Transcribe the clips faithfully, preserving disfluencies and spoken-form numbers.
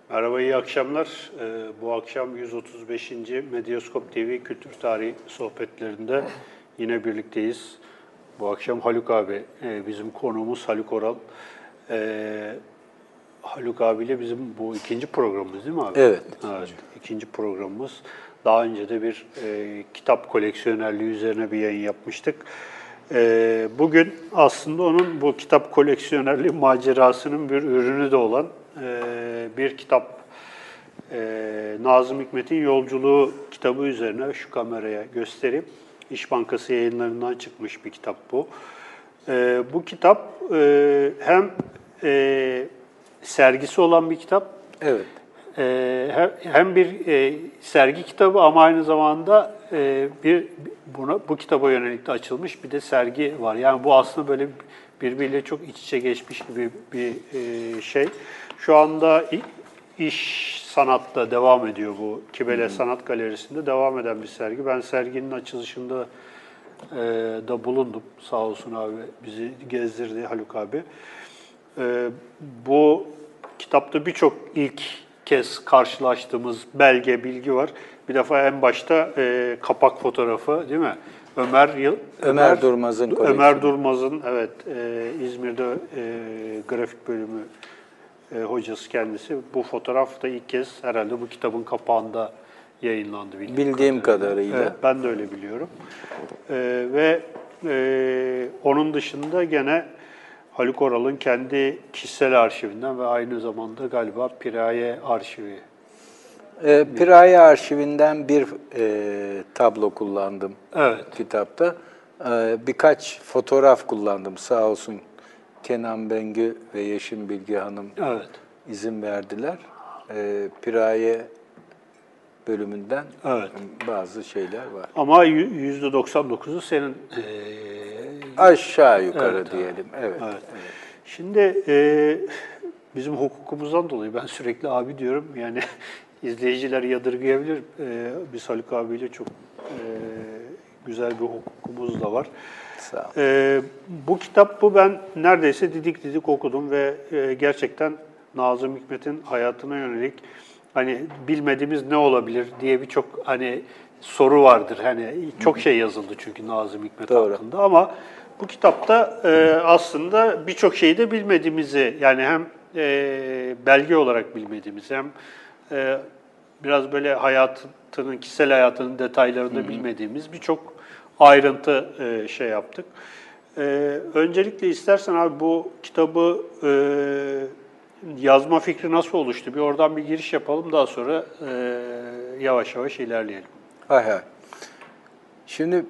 Merhaba, iyi akşamlar. Ee, bu akşam yüz otuz beşinci Medyaskop T V Kültür Tarihi sohbetlerinde yine birlikteyiz. Bu akşam Haluk abi, e, bizim konuğumuz Haluk Oral. Ee, Haluk abiyle bizim bu ikinci programımız değil mi abi? Evet. Evet, ikinci programımız. Daha önce de bir e, kitap koleksiyonerliği üzerine bir yayın yapmıştık. E, bugün aslında onun bu kitap koleksiyonerliği macerasının bir ürünü de olan e, bir kitap. E, Nazım Hikmet'in Yolculuğu kitabı üzerine şu kameraya göstereyim. İş Bankası yayınlarından çıkmış bir kitap bu. E, bu kitap e, hem e, sergisi olan bir kitap, Evet. Ee, hem bir e, sergi kitabı ama aynı zamanda e, bir buna bu kitaba yönelik de açılmış bir de sergi var. Yani bu aslında böyle birbiriyle çok iç içe geçmiş gibi bir e, şey. Şu anda İş Sanat'ta devam ediyor bu. Kibele Sanat Galerisi'nde devam eden bir sergi. Ben serginin açılışında e, da bulundum. Sağ olsun abi bizi gezdirdi Haluk abi. E, bu kitapta birçok ilk kez karşılaştığımız belge, bilgi var. Bir defa en başta e, kapak fotoğrafı değil mi? Ömer Yıl Ömer, Ömer Durmaz'ın koleksiyonu. Ömer Durmaz'ın evet e, İzmir'de e, grafik bölümü e, hocası kendisi. Bu fotoğraf da ilk kez herhalde bu kitabın kapağında yayınlandı. Bildiğim, bildiğim kadarıyla. kadarıyla. Evet, ben de öyle biliyorum. E, ve e, onun dışında gene Haluk Oral'ın kendi kişisel arşivinden ve aynı zamanda galiba Piraye arşivi. E, Piraye arşivinden bir e, tablo kullandım evet. kitapta. E, birkaç fotoğraf kullandım sağ olsun Kenan Bengü ve Yeşim Bilge Hanım evet. izin verdiler. E, Piraye bölümünden evet. bazı şeyler var. Ama yüzde doksan dokuzu senin e, aşağı yukarı evet, diyelim. Evet. evet. evet. Şimdi e, bizim hukukumuzdan dolayı ben sürekli abi diyorum. Yani izleyiciler yadırgayabilir. E, biz Haluk abiyle çok e, güzel bir hukukumuz da var. Sağ ol. E, bu kitap bu ben neredeyse didik didik okudum ve e, gerçekten Nazım Hikmet'in hayatına yönelik hani bilmediğimiz ne olabilir diye birçok hani soru vardır. Hani çok şey yazıldı çünkü Nazım Hikmet Doğru. hakkında ama bu kitapta e, aslında birçok şeyi de bilmediğimizi yani hem e, belge olarak bilmediğimizi hem e, biraz böyle hayatının, kişisel hayatının detaylarını Hı-hı. bilmediğimiz birçok ayrıntı e, şey yaptık. E, öncelikle istersen abi bu kitabı e, yazma fikri nasıl oluştu? Bir oradan bir giriş yapalım daha sonra e, yavaş yavaş ilerleyelim. Hay hay. Şimdi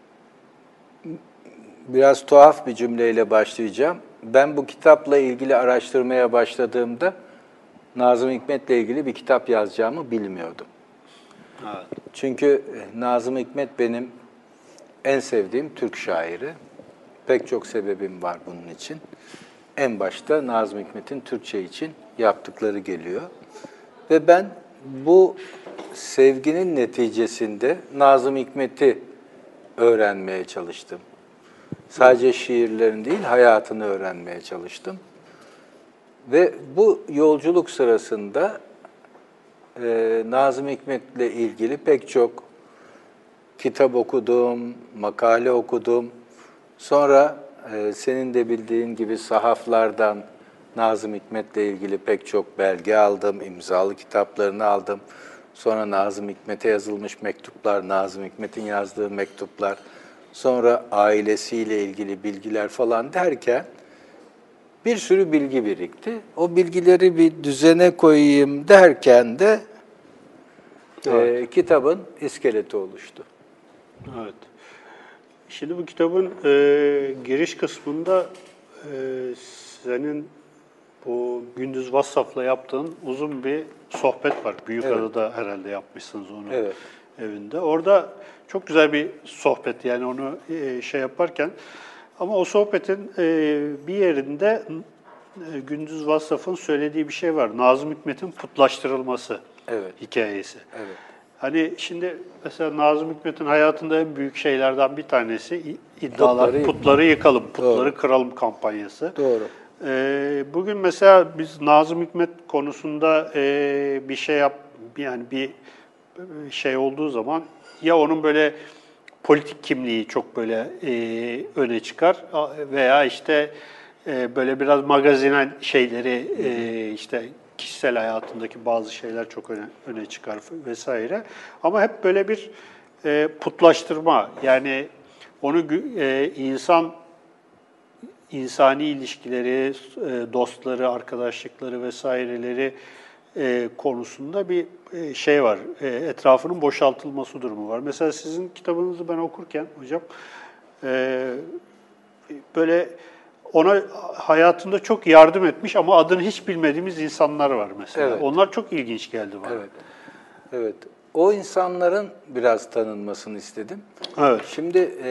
biraz tuhaf bir cümleyle başlayacağım. Ben bu kitapla ilgili araştırmaya başladığımda Nazım Hikmet'le ilgili bir kitap yazacağımı bilmiyordum. Evet. Çünkü Nazım Hikmet benim en sevdiğim Türk şairi. Pek çok sebebim var bunun için. En başta Nazım Hikmet'in Türkçe için yaptıkları geliyor. Ve ben bu sevginin neticesinde Nazım Hikmet'i öğrenmeye çalıştım. Sadece şiirlerini değil, hayatını öğrenmeye çalıştım. Ve bu yolculuk sırasında e, Nazım Hikmet'le ilgili pek çok kitap okudum, makale okudum. Sonra e, senin de bildiğin gibi sahaflardan Nazım Hikmet'le ilgili pek çok belge aldım, imzalı kitaplarını aldım. Sonra Nazım Hikmet'e yazılmış mektuplar, Nazım Hikmet'in yazdığı mektuplar, sonra ailesiyle ilgili bilgiler falan derken bir sürü bilgi birikti. O bilgileri bir düzene koyayım derken de evet. e, kitabın iskeleti oluştu. Evet. Şimdi bu kitabın e, giriş kısmında e, senin bu Gündüz Vassaf'la yaptığın uzun bir sohbet var. Büyükada'da evet. herhalde yapmışsınız onu evet. evinde. Orada çok güzel bir sohbet yani onu e, şey yaparken ama o sohbetin e, bir yerinde e, Gündüz Vassaf'ın söylediği bir şey var. Nazım Hikmet'in putlaştırılması evet. hikayesi. Evet. Hani şimdi mesela Nazım Hikmet'in hayatında en büyük şeylerden bir tanesi iddialar, putları, putları yıkalım, putları Doğru. kıralım kampanyası. Doğru. Ee, bugün mesela biz Nazım Hikmet konusunda e, bir şey yap, yani bir şey olduğu zaman ya onun böyle politik kimliği çok böyle e, öne çıkar veya işte e, böyle biraz magazinel şeyleri e, işte kişisel hayatındaki bazı şeyler çok öne, öne çıkar vesaire. Ama hep böyle bir e, putlaştırma, yani onu e, insan insani ilişkileri, e, dostları, arkadaşlıkları vesaireleri e, konusunda bir e, şey var. E, etrafının boşaltılması durumu var. Mesela sizin kitabınızı ben okurken hocam e, böyle ona hayatında çok yardım etmiş ama adını hiç bilmediğimiz insanlar var mesela. Evet. Onlar çok ilginç geldi bana. Evet. Evet. O insanların biraz tanınmasını istedim. Evet. Şimdi e,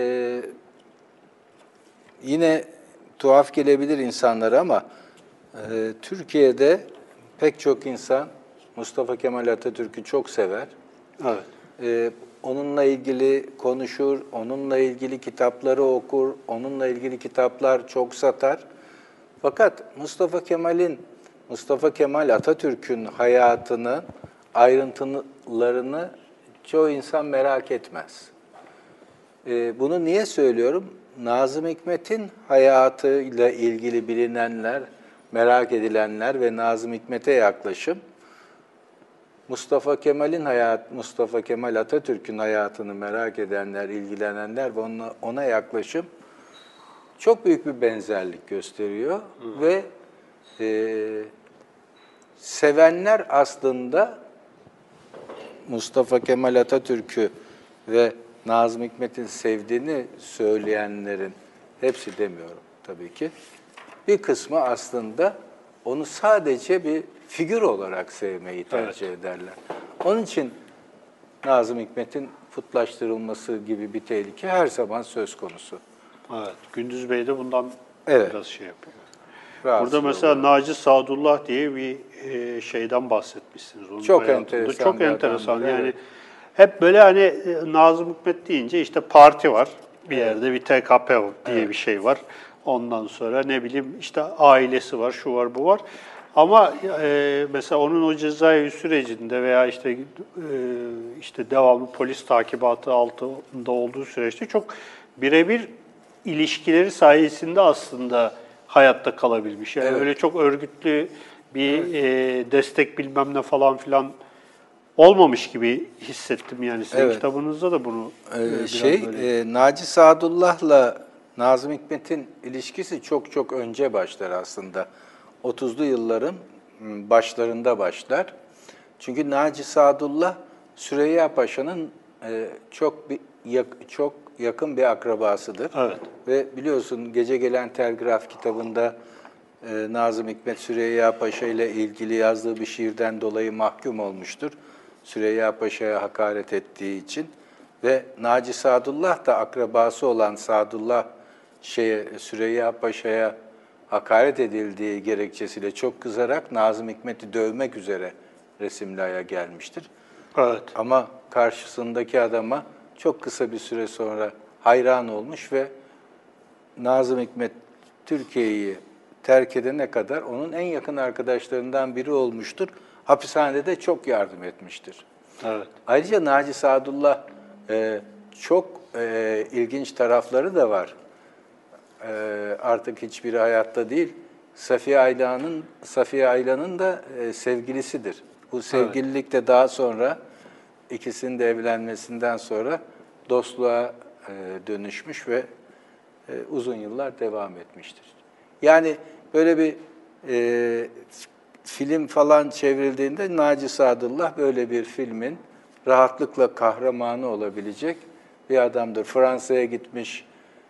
yine tuhaf gelebilir insanlara ama e, Türkiye'de pek çok insan Mustafa Kemal Atatürk'ü çok sever. Evet. E, onunla ilgili konuşur, onunla ilgili kitapları okur, onunla ilgili kitaplar çok satar. Fakat Mustafa Kemal'in, Mustafa Kemal Atatürk'ün hayatını, ayrıntılarını çoğu insan merak etmez. E, bunu niye söylüyorum? Nazım Hikmet'in hayatıyla ilgili bilinenler, merak edilenler ve Nazım Hikmet'e yaklaşım, Mustafa Kemal'in hayat, Mustafa Kemal Atatürk'ün hayatını merak edenler, ilgilenenler ve ona, ona yaklaşım çok büyük bir benzerlik gösteriyor. Hı. Ve e, sevenler aslında Mustafa Kemal Atatürk'ü ve Nazım Hikmet'in sevdiğini söyleyenlerin, hepsi demiyorum tabii ki, bir kısmı aslında onu sadece bir figür olarak sevmeyi tercih evet. ederler. Onun için Nazım Hikmet'in putlaştırılması gibi bir tehlike her zaman söz konusu. Evet, Gündüz Bey de bundan evet. biraz şey yapıyor. Rahatsız Burada mesela oluyor. Naci Sadullah diye bir e, şeyden bahsetmişsiniz. Onun çok hayatında. enteresan. Çok enteresan. Adamdır, yani evet. hep böyle hani e, Nazım Hikmet deyince işte parti var. Bir evet. yerde bir T K P diye evet. bir şey var. Ondan sonra ne bileyim işte ailesi var, şu var, bu var. Ama e, mesela onun o cezai sürecinde veya işte e, işte devamlı polis takibatı altında olduğu süreçte çok birebir ilişkileri sayesinde aslında hayatta kalabilmiş. Yani evet. öyle çok örgütlü bir evet. e, destek bilmem ne falan filan olmamış gibi hissettim yani sizin evet. kitabınızda da bunu. Ee, şey e, Naci Sadullah'la Nazım Hikmet'in ilişkisi çok çok önce başlar aslında. otuzlu yılların başlarında başlar. Çünkü Naci Sadullah Süreyya Paşa'nın e, çok bir, yak, çok yakın bir akrabasıdır. Evet. Ve biliyorsun Gece Gelen Telgraf kitabında e, Nazım Hikmet Süreyya Paşa ile ilgili yazdığı bir şiirden dolayı mahkum olmuştur. Süreyya Paşa'ya hakaret ettiği için. Ve Naci Sadullah da akrabası olan Sadullah şeye, Süreyya Paşa'ya hakaret edildiği gerekçesiyle çok kızarak Nazım Hikmet'i dövmek üzere Resimlia'ya gelmiştir. Evet. Ama karşısındaki adama çok kısa bir süre sonra hayran olmuş ve Nazım Hikmet Türkiye'yi terk edene kadar onun en yakın arkadaşlarından biri olmuştur. Hapishanede çok yardım etmiştir. Evet. Ayrıca Naci Sadullah e, çok e, ilginç tarafları da var. E, artık hiçbiri hayatta değil. Safiye Aylan'ın Safiye Aylan'ın da e, sevgilisidir. Bu sevgililik de daha sonra ikisinin de evlenmesinden sonra dostluğa e, dönüşmüş ve e, uzun yıllar devam etmiştir. Yani böyle bir e, film falan çevrildiğinde Naci Sadullah böyle bir filmin rahatlıkla kahramanı olabilecek bir adamdır. Fransa'ya gitmiş,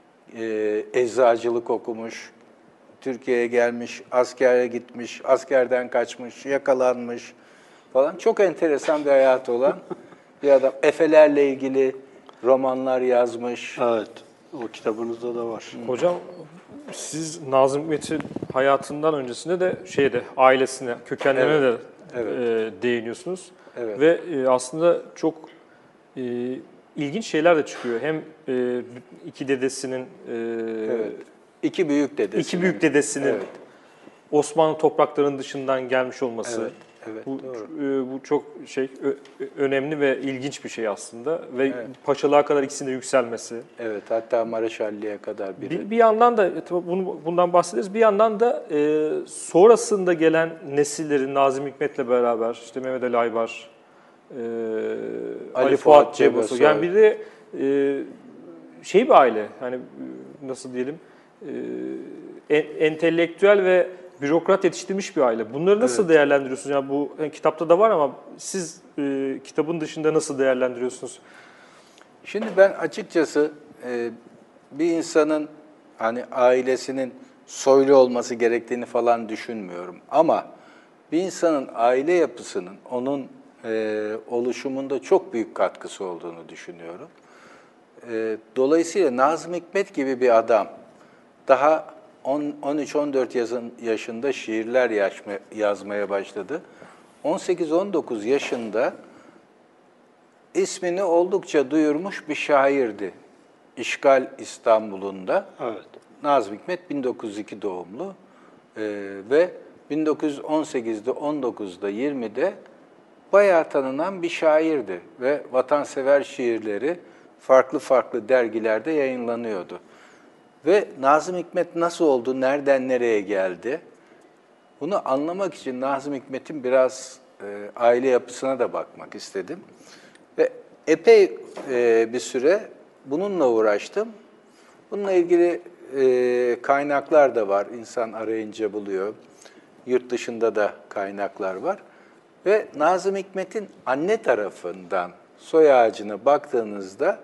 e, eczacılık okumuş, Türkiye'ye gelmiş, askere gitmiş, askerden kaçmış, yakalanmış falan. Çok enteresan bir hayatı olan bir adam. Efelerle ilgili romanlar yazmış. Evet, o kitabınızda da var. Hocam, siz Nazım Hikmet'in hayatından öncesinde de şeyde ailesine, kökenlerine evet. de evet. E, değiniyorsunuz. Evet. Ve e, aslında çok e, ilginç şeyler de çıkıyor. Hem e, iki dedesinin, e, evet. iki büyük dedesinin, iki büyük dedesinin evet. Osmanlı topraklarının dışından gelmiş olması. Evet, evet, bu, doğru. e, bu çok şey ö- önemli ve ilginç bir şey aslında ve Evet. paşalığa kadar ikisinde yükselmesi. Evet, hatta Mareşalliğe kadar biri. Bir, bir yandan da tabii bunu, bundan bahsederiz. Bir yandan da e, sonrasında gelen nesillerin Nazım Hikmet'le beraber işte Mehmet Ali Aybar, e, Ali, Ali Fuat, Fuat Cebesoy. Yani bir de e, şey bir aile. Hani nasıl diyelim? E, en, entelektüel ve bürokrat yetiştirmiş bir aile. Bunları nasıl evet. değerlendiriyorsunuz? Yani bu yani kitapta da var ama siz e, kitabın dışında nasıl değerlendiriyorsunuz? Şimdi ben açıkçası e, bir insanın hani ailesinin soylu olması gerektiğini falan düşünmüyorum. Ama bir insanın aile yapısının onun e, oluşumunda çok büyük katkısı olduğunu düşünüyorum. E, dolayısıyla Nazım Hikmet gibi bir adam daha on üç on dört yaşında şiirler yazma, yazmaya başladı. on sekiz on dokuz yaşında ismini oldukça duyurmuş bir şairdi. İşgal İstanbul'unda. Evet. Nazım Hikmet bin dokuz yüz iki doğumlu ee, ve bin dokuz yüz on sekizde, on dokuzda, yirmide bayağı tanınan bir şairdi ve vatansever şiirleri farklı farklı dergilerde yayınlanıyordu. Ve Nazım Hikmet nasıl oldu, nereden nereye geldi? Bunu anlamak için Nazım Hikmet'in biraz e, aile yapısına da bakmak istedim. Ve epey e, bir süre bununla uğraştım. Bununla ilgili e, kaynaklar da var. İnsan arayınca buluyor. Yurt dışında da kaynaklar var. Ve Nazım Hikmet'in anne tarafından soy ağacına baktığınızda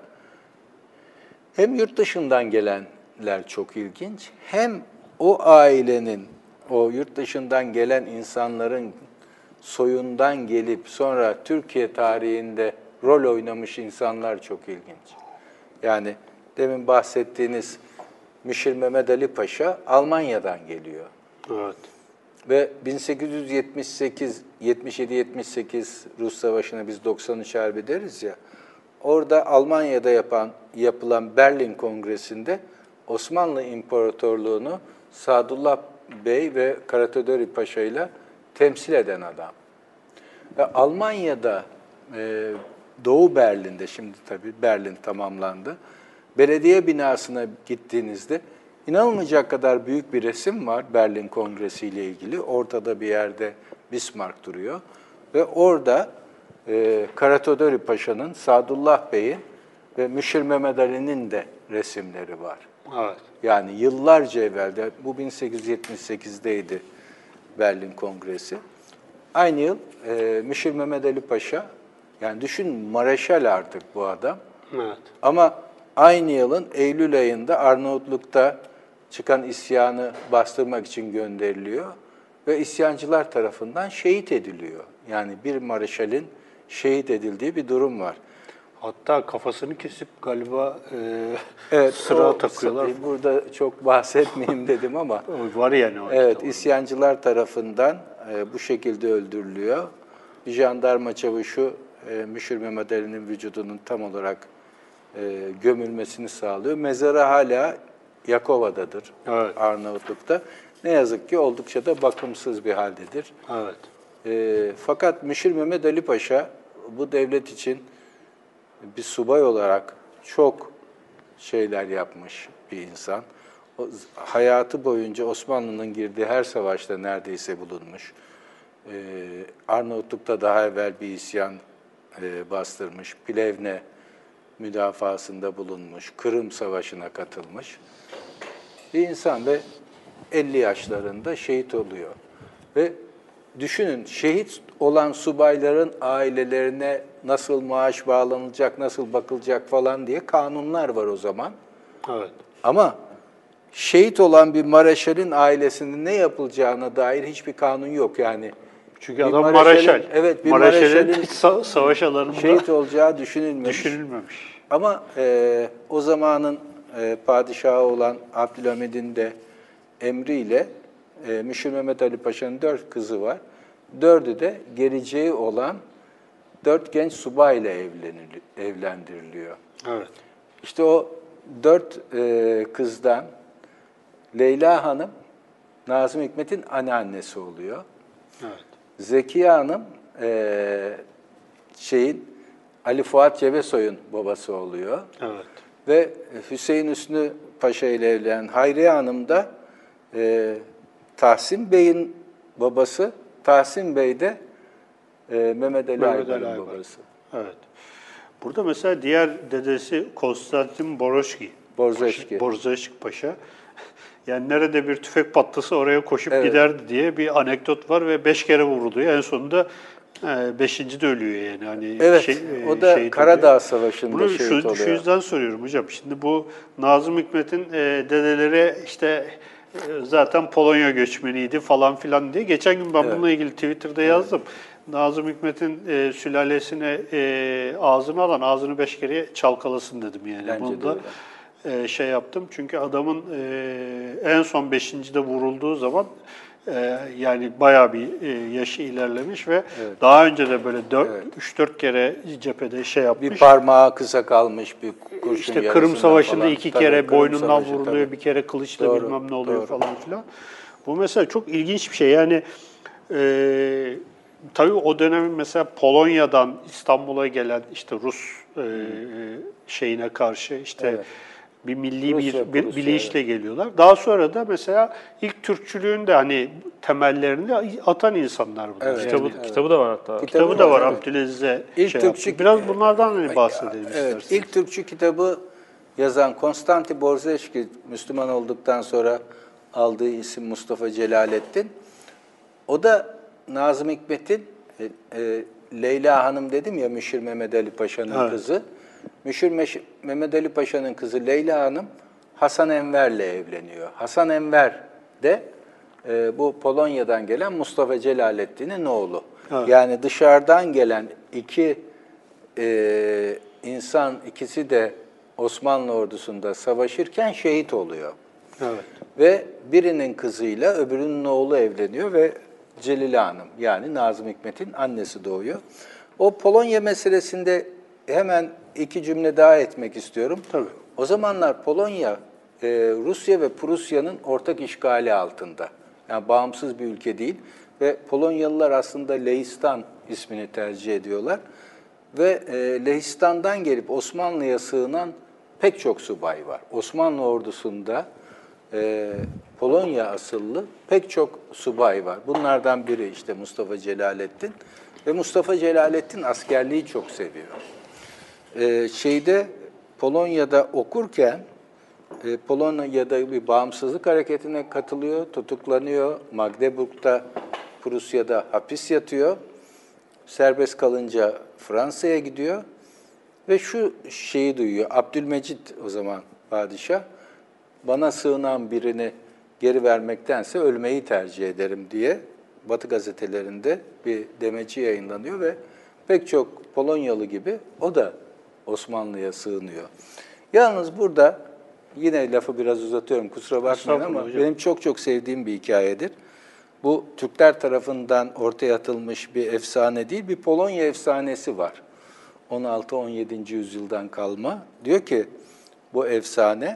hem yurt dışından gelenler çok ilginç, hem o ailenin, o yurt dışından gelen insanların soyundan gelip sonra Türkiye tarihinde rol oynamış insanlar çok ilginç. Yani demin bahsettiğiniz Müşir Mehmet Ali Paşa Almanya'dan geliyor. Evet. Ve bin sekiz yüz yetmiş sekiz, yetmiş yedi yetmiş sekiz Rus Savaşı'na biz doksan üç Harbi deriz ya, orada Almanya'da yapan, yapılan Berlin Kongresi'nde Osmanlı İmparatorluğu'nu Sadullah Bey ve Karatöderi Paşa ile temsil eden adam. Ve Almanya'da, e, Doğu Berlin'de, şimdi tabii Berlin tamamlandı, belediye binasına gittiğinizde inanılmayacak kadar büyük bir resim var Berlin Kongresi ile ilgili. Ortada bir yerde Bismarck duruyor ve orada e, Karatöderi Paşa'nın, Sadullah Bey'in ve Müşir Mehmet Ali'nin de resimleri var. Evet. Yani yıllarca evvelde, bu bin sekiz yüz yetmiş sekiz'deydi Berlin Kongresi. Aynı yıl e, Müşir Mehmet Ali Paşa, yani düşün Mareşal artık bu adam. Evet. Ama aynı yılın Eylül ayında Arnavutluk'ta çıkan isyanı bastırmak için gönderiliyor ve isyancılar tarafından şehit ediliyor. Yani bir Mareşal'in şehit edildiği bir durum var. Hatta kafasını kesip galiba e, Evet, sıra o, takıyorlar. Burada çok bahsetmeyeyim dedim ama. Var yani o. Evet, kitabı. isyancılar tarafından e, bu şekilde öldürülüyor. Bir jandarma çavuşu e, Müşir Mehmet Ali'nin vücudunun tam olarak e, gömülmesini sağlıyor. Mezarı hala Yakova'dadır, Evet. Arnavutluk'ta. Ne yazık ki oldukça da bakımsız bir haldedir. Evet. E, fakat Müşir Mehmet Ali Paşa bu devlet için bir subay olarak çok şeyler yapmış bir insan. O, hayatı boyunca Osmanlı'nın girdiği her savaşta neredeyse bulunmuş. Ee, Arnavutluk'ta daha evvel bir isyan e, bastırmış. Plevne müdafasında bulunmuş. Kırım Savaşı'na katılmış. Bir insan ve elli yaşlarında şehit oluyor. Ve düşünün, şehit olan subayların ailelerine nasıl maaş bağlanacak, nasıl bakılacak falan diye kanunlar var o zaman. Evet. Ama şehit olan bir Mareşal'in ailesinin ne yapılacağına dair hiçbir kanun yok yani. Çünkü adam Mareşal. Evet, bir Mareşal'in Mareşal'in sa- savaş alanında şehit olacağı düşünülmemiş. düşünülmemiş. Ama e, o zamanın e, padişahı olan Abdülhamid'in de emriyle e, Müşir Mehmet Ali Paşa'nın dört kızı var. Dördü de geleceği olan dört genç subayla evlendiriliyor. Evet. İşte o dört e, kızdan Leyla Hanım Nazım Hikmet'in anneannesi oluyor. Evet. Zekiye Hanım e, şeyin Ali Fuat Cebesoy'un babası oluyor. Evet. Ve Hüseyin Hüsnü Paşa ile evlenen Hayriye Hanım da e, Tahsin Bey'in babası. Tahsin Bey de e, Mehmet Ali Mehmet Ali Aybar'ın Aybar. babası. Evet. Burada mesela diğer dedesi Konstantin Boroşki. Borzeşki. Borzeşki Paşa. Yani nerede bir tüfek patlasa oraya koşup Evet. giderdi diye bir anekdot var ve beş kere vuruluyor. En sonunda e, beşinci de ölüyor yani. Hani Evet, şey, e, o da şehit Karadağ oluyor. Savaşı'nda Bunu şehit şu, oluyor. şu yüzden soruyorum hocam. Şimdi bu Nazım Hikmet'in e, dedeleri işte e, zaten Polonya göçmeniydi falan filan diye. Geçen gün ben Evet. bununla ilgili Twitter'da yazdım. Nazım Hikmet'in e, sülalesine e, ağzını alan ağzını beş kere çalkalasın dedim yani. Bence Bunu de da öyle. e, şey yaptım. Çünkü adamın e, en son beşincide vurulduğu zaman e, yani bayağı bir e, yaşı ilerlemiş ve Evet. daha önce de böyle Evet. üç dört kere cephede şey yapmış. Bir parmağı kısa kalmış, bir kurşun İşte yarasından Kırım Savaşı'nda falan. iki Tabii, kere Kırım boynundan Savaşı, vuruluyor, tabii. bir kere kılıçla Doğru, bilmem ne oluyor doğru. falan filan. Bu mesela çok ilginç bir şey. Yani e, tabii o dönemin mesela Polonya'dan İstanbul'a gelen işte Rus e, şeyine karşı işte Evet. bir milli Rus ve bir, bir Prusya, bilinçle geliyorlar. Daha sonra da mesela ilk Türkçülüğün de hani temellerini atan insanlar bunlar. Evet. Kitabı, Yani, kitabı da var hatta. Kitabı kitabı da var evet. Abdülaziz'e İlk şey Türkçe- yaptı. Biraz bunlardan hani bahsedelim Evet, isterseniz. ilk Türkçe kitabı yazan Konstantin Borzeşki, Müslüman olduktan sonra aldığı isim Mustafa Celalettin. O da Nazım Hikmet'in e, e, Leyla Hanım dedim ya, Müşir Mehmet Ali Paşa'nın Evet. kızı. Müşir Meş- Mehmet Ali Paşa'nın kızı Leyla Hanım Hasan Enver'le evleniyor. Hasan Enver de e, bu Polonya'dan gelen Mustafa Celalettin'in oğlu. Evet. Yani dışarıdan gelen iki e, insan, ikisi de Osmanlı ordusunda savaşırken şehit oluyor. Evet. Ve birinin kızıyla öbürünün oğlu evleniyor ve Celile Hanım, yani Nazım Hikmet'in annesi doğuyor. O Polonya meselesinde hemen iki cümle daha etmek istiyorum. Tabii. O zamanlar Polonya, e, Rusya ve Prusya'nın ortak işgali altında. Yani bağımsız bir ülke değil ve Polonyalılar aslında Lehistan ismini tercih ediyorlar. Ve e, Lehistan'dan gelip Osmanlı'ya sığınan pek çok subay var. Osmanlı ordusunda e, Polonya asıllı pek çok subay var. Bunlardan biri işte Mustafa Celalettin. Ve Mustafa Celalettin askerliği çok seviyor. E, şeyde Polonya'da okurken e, Polonya'da bir bağımsızlık hareketine katılıyor, tutuklanıyor. Magdeburg'da, Prusya'da hapis yatıyor. Serbest kalınca Fransa'ya gidiyor ve şu şeyi duyuyor. Abdülmecit o zaman padişah, bana sığınan birini geri vermektense ölmeyi tercih ederim diye Batı gazetelerinde bir demeci yayınlanıyor ve pek çok Polonyalı gibi o da Osmanlı'ya sığınıyor. Yalnız burada yine lafı biraz uzatıyorum, kusura bakmayın ama hocam. benim çok çok sevdiğim bir hikayedir. Bu Türkler tarafından ortaya atılmış bir efsane değil, bir Polonya efsanesi var. on altı on yedinci yüzyıldan kalma. Diyor ki bu efsane,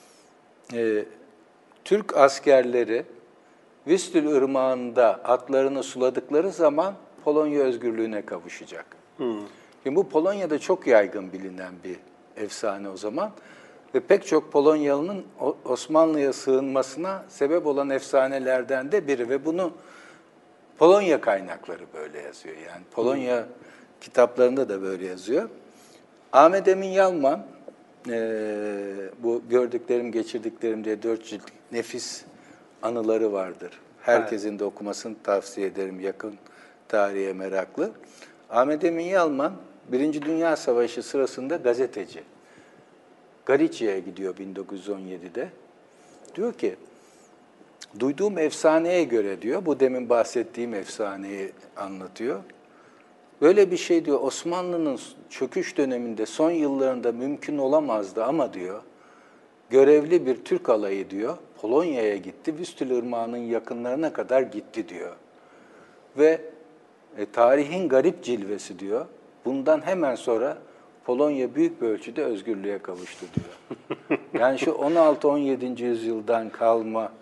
e, Türk askerleri Vistül Irmağı'nda atlarını suladıkları zaman Polonya özgürlüğüne kavuşacak. Hmm. Şimdi bu Polonya'da çok yaygın bilinen bir efsane o zaman. Ve pek çok Polonyalı'nın Osmanlı'ya sığınmasına sebep olan efsanelerden de biri. Ve bunu Polonya kaynakları böyle yazıyor. Yani Polonya hmm. kitaplarında da böyle yazıyor. Ahmet Emin Yalman, e, bu gördüklerim, geçirdiklerim diye dört cilt nefis anıları vardır. Herkesin evet. de okumasını tavsiye ederim, yakın tarihe meraklı. Ahmet Emin Yalman, Birinci Dünya Savaşı sırasında gazeteci. Galicia'ya gidiyor bin dokuz yüz on yedide. Diyor ki, duyduğum efsaneye göre diyor, bu demin bahsettiğim efsaneyi anlatıyor. Böyle bir şey diyor, Osmanlı'nın çöküş döneminde son yıllarında mümkün olamazdı ama diyor, görevli bir Türk alayı diyor, Polonya'ya gitti, Vistül Irmağı'nın yakınlarına kadar gitti diyor. Ve e, tarihin garip cilvesi diyor, bundan hemen sonra Polonya büyük bir ölçüde özgürlüğe kavuştu diyor. Yani şu on altı on yedinci yüzyıldan kalma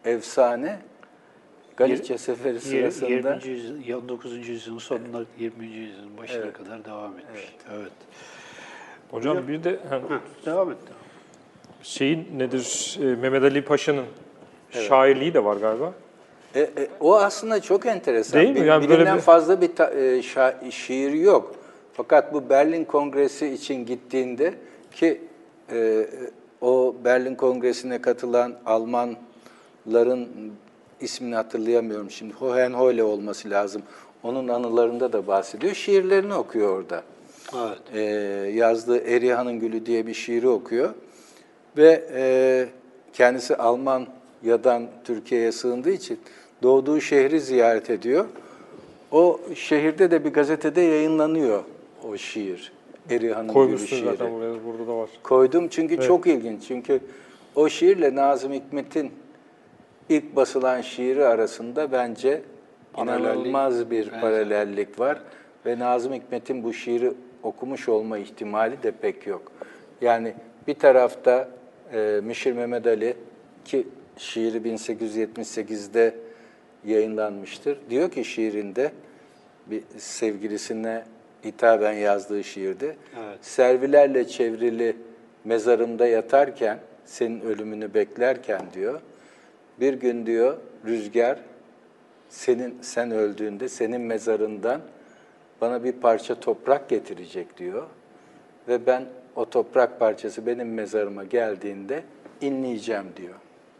efsane Galicia Seferi sırasında yirminci yüzyıl, on dokuzuncu yüzyılın sonuna yirminci yüzyılın başına Evet. kadar devam etmiş. Evet. evet. Hocam bir de ha, Heh, devam et. şeyin nedir? e, Mehmet Ali Paşa'nın şairliği de var galiba. E, e, o aslında çok enteresan. Değil mi? Bir- Yani böyle birinden bir- fazla bir ta- e, şa- şiir yok. Fakat bu Berlin Kongresi için gittiğinde ki e, o Berlin Kongresi'ne katılan Almanların ismini hatırlayamıyorum şimdi. Hohenlohe olması lazım. Onun anılarında da bahsediyor. Şiirlerini okuyor orada. Evet. E, yazdığı Erihan'ın Gülü diye bir şiiri okuyor. Ve e, kendisi Almanya'dan Türkiye'ye sığındığı için doğduğu şehri ziyaret ediyor. O şehirde de bir gazetede yayınlanıyor o şiir. Erihan'ın Gülü Koymuşsun şiiri. zaten buraya, burada da var. Koydum çünkü Evet. çok ilginç. Çünkü o şiirle Nazım Hikmet'in ilk basılan şiiri arasında bence Paralellik. inanılmaz bir Evet. paralellik var. Ve Nazım Hikmet'in bu şiiri okumuş olma ihtimali de pek yok. Yani bir tarafta e, Mişir Mehmet Ali ki şiiri bin sekiz yüz yetmiş sekizde yayınlanmıştır. Diyor ki şiirinde bir sevgilisine hitaben yazdığı şiirde Evet. servilerle çevrili mezarımda yatarken senin ölümünü beklerken diyor bir gün diyor rüzgar senin sen öldüğünde senin mezarından bana bir parça toprak getirecek diyor ve ben o toprak parçası benim mezarıma geldiğinde inleyeceğim diyor.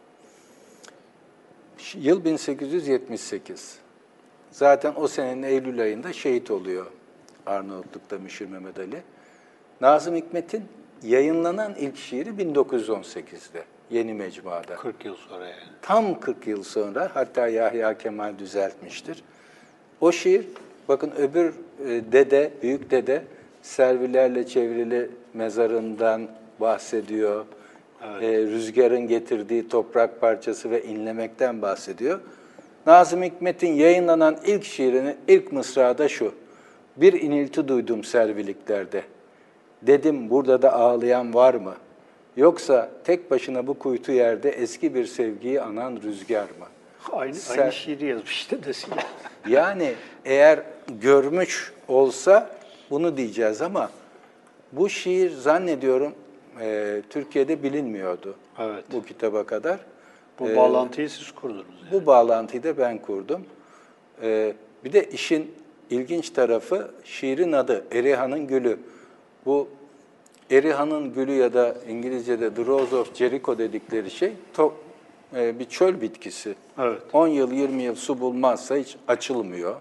Yıl bin sekiz yüz yetmiş sekiz. Zaten o senenin Eylül ayında şehit oluyor Arnavutluk'ta Mişir Mehmet Ali. Nazım Hikmet'in yayınlanan ilk şiiri bin dokuz yüz on sekizde Yeni Mecmuada. kırk yıl sonra yani. Tam kırk yıl sonra hatta Yahya Kemal düzeltmiştir. O şiir bakın öbür e, dede, büyük dede servilerle çevrili mezarından bahsediyor. Evet. E, rüzgarın getirdiği toprak parçası ve inlemekten bahsediyor. Nazım Hikmet'in yayınlanan ilk şiirinin ilk mısrada şu. Bir inilti duydum serviliklerde. Dedim burada da ağlayan var mı? Yoksa tek başına bu kuytu yerde eski bir sevgiyi anan rüzgar mı? Aynı, Sen- aynı şiiri yazmış dedesiyle. Yani eğer görmüş olsa bunu diyeceğiz ama bu şiir zannediyorum e, Türkiye'de bilinmiyordu Evet. bu kitaba kadar. Bu Ee, bağlantıyı siz kurdunuz. Yani. Bu bağlantıyı da ben kurdum. Ee, bir de işin ilginç tarafı şiirin adı Erihan'ın Gülü. Bu Erihan'ın Gülü ya da İngilizce'de The Rose of Jericho dedikleri şey to, e, bir çöl bitkisi. Evet. on yıl yirmi yıl su bulmazsa hiç açılmıyor.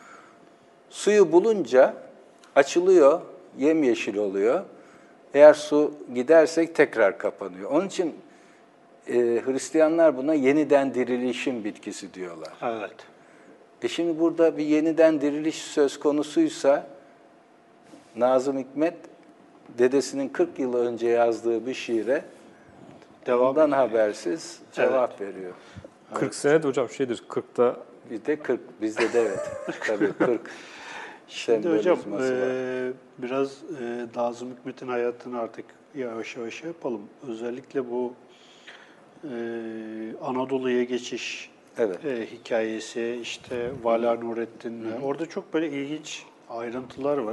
Suyu bulunca açılıyor, yemyeşil oluyor. Eğer su gidersek tekrar kapanıyor. Onun için e, Hristiyanlar buna yeniden dirilişin bitkisi diyorlar. Evet. E şimdi burada bir yeniden diriliş söz konusuysa Nazım Hikmet dedesinin kırk yıl önce yazdığı bir şiire Devam ondan ediyor. habersiz cevap veriyor. kırk sene de hocam şeydir, kırkta Bir de kırk, bizde de evet. Tabii kırk. Şimdi hocam sembolizması var. e, biraz e, Nazım Hikmet'in hayatını artık yavaş yavaş yapalım. Özellikle bu e, Anadolu'ya geçiş Evet. e, hikayesi, işte Vala Nurettin'le. Orada çok böyle ilginç ayrıntılar var.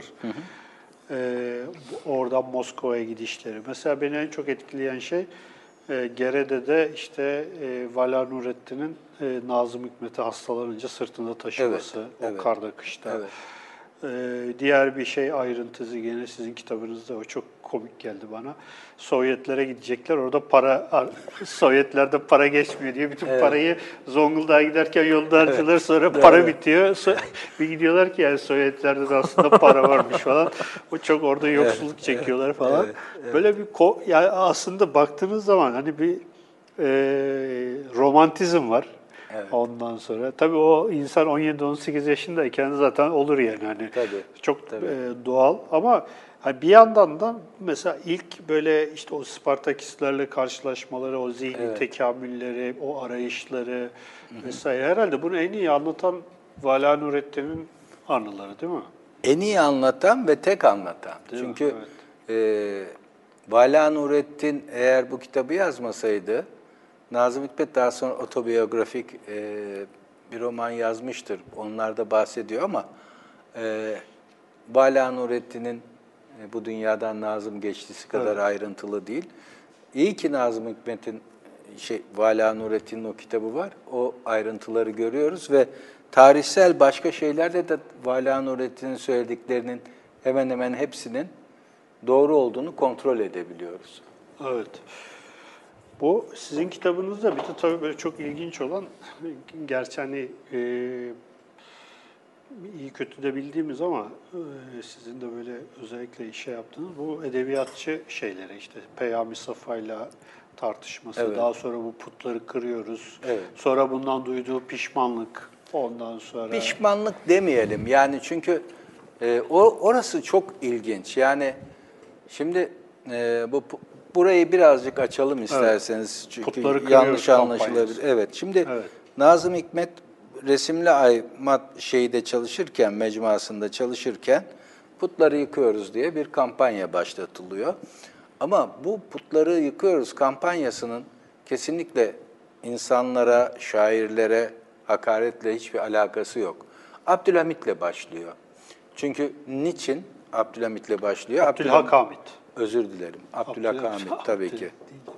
E, bu- oradan Moskova'ya gidişleri. Mesela beni en çok etkileyen şey e, Gerede'de işte e, Vala Nurettin'in e, Nazım Hikmet'i hastalanınca sırtında taşıması, Evet, o evet. karda kışta. Evet. Ee, diğer bir şey ayrıntısı gene sizin kitabınızda o çok komik geldi bana. Sovyetlere gidecekler orada para Sovyetlerde para geçmiyor diye bütün Evet. parayı Zonguldak'a giderken yolda harcıyorlar sonra para Evet. bitiyor. So- bir gidiyorlar ki yani Sovyetlerde de aslında para varmış falan. O çok orada yoksulluk çekiyorlar falan. evet, evet. Böyle bir ko- yani aslında baktığınız zaman hani bir e, romantizm var. Evet. Ondan sonra tabii o insan on yedi on sekiz yaşındayken zaten olur yani hani Tabii, çok tabii. e, doğal ama hani bir yandan da mesela ilk böyle işte o Spartakistlerle karşılaşmaları, o zihni Evet. tekamülleri, o arayışları vesaire herhalde bunu en iyi anlatan Vala Nurettin'in anıları değil mi? En iyi anlatan ve tek anlatan. Değil mi? Çünkü e, Vala Nurettin eğer bu kitabı yazmasaydı Nazım Hikmet daha sonra otobiyografik e, bir roman yazmıştır. Onlarda bahsediyor ama e, Vala Nurettin'in e, Bu Dünyadan Nazım Geçtisi kadar Evet. ayrıntılı değil. İyi ki Nazım Hikmet'in şey Vala Nurettin'in o kitabı var. O ayrıntıları görüyoruz ve tarihsel başka şeylerde de Vala Nurettin'in söylediklerinin hemen hemen hepsinin doğru olduğunu kontrol edebiliyoruz. Evet. Bu sizin kitabınızda bir de tabii böyle çok ilginç olan, gerçi hani e, iyi kötü de bildiğimiz ama e, sizin de böyle özellikle şey yaptığınız bu edebiyatçı şeyleri, işte Peyami Safa'yla tartışması, Evet. daha sonra bu putları kırıyoruz, Evet. sonra bundan duyduğu pişmanlık, ondan sonra... Pişmanlık demeyelim yani çünkü e, o orası çok ilginç. Yani şimdi e, bu burayı birazcık açalım isterseniz çünkü Putları kırıyoruz yanlış anlaşılabilir. kampanyası. Evet. Şimdi Evet. Nazım Hikmet Resimli Ay mat şeyde çalışırken, mecmuasında çalışırken putları yıkıyoruz diye bir kampanya başlatılıyor. Ama bu putları yıkıyoruz kampanyasının kesinlikle insanlara, şairlere hakaretle hiçbir alakası yok. Abdülhamit'le başlıyor. Çünkü niçin Abdülhamit'le başlıyor? Abdülhak Hamit. Özür dilerim. Abdülhak Abdülhak- Hamit tabii ki.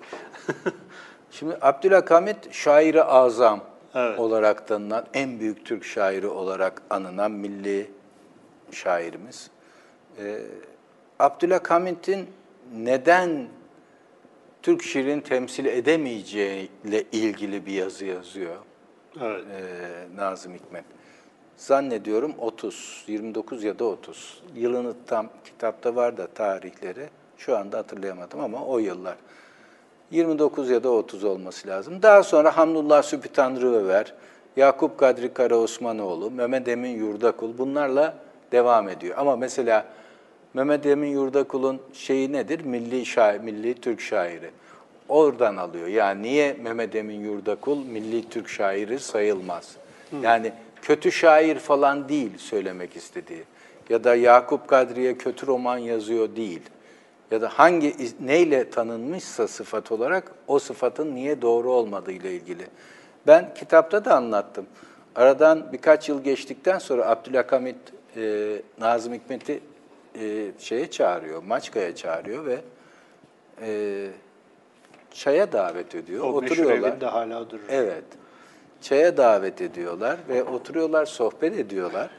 Şimdi Abdülhak Hamit şairi azam Evet. olarak tanınan, en büyük Türk şairi olarak anılan milli şairimiz. Ee, Abdülhak Hamit'in neden Türk şiirini temsil edemeyeceğiyle ilgili bir yazı yazıyor Evet. ee, Nazım Hikmet. Zannediyorum otuz, yirmi dokuz ya da otuz. Yılını tam kitapta var da tarihleri. Şu anda hatırlayamadım ama o yıllar. yirmi dokuz ya da otuz olması lazım. Daha sonra Hamdullah Sübhi Tanrıvever, Yakup Kadri Karaosmanoğlu, Mehmet Emin Yurdakul bunlarla devam ediyor. Ama mesela Mehmet Emin Yurdakul'un şeyi nedir? Milli şair, milli Türk şairi. Oradan alıyor. Yani niye Mehmet Emin Yurdakul milli Türk şairi sayılmaz? Yani kötü şair falan değil söylemek istediği. Ya da Yakup Kadri'ye kötü roman yazıyor değil. Ya da hangi neyle tanınmışsa sıfat olarak o sıfatın niye doğru olmadığı ile ilgili. Ben kitapta da anlattım. Aradan birkaç yıl geçtikten sonra Abdülhak Hamit e, Nazım Hikmet'i e, şeye çağırıyor, Maçka'ya çağırıyor ve e, çaya davet ediyor. O meşhur Oturuyorlar. evinde hala durur. Evet. Çaya davet ediyorlar ve oturuyorlar, sohbet ediyorlar.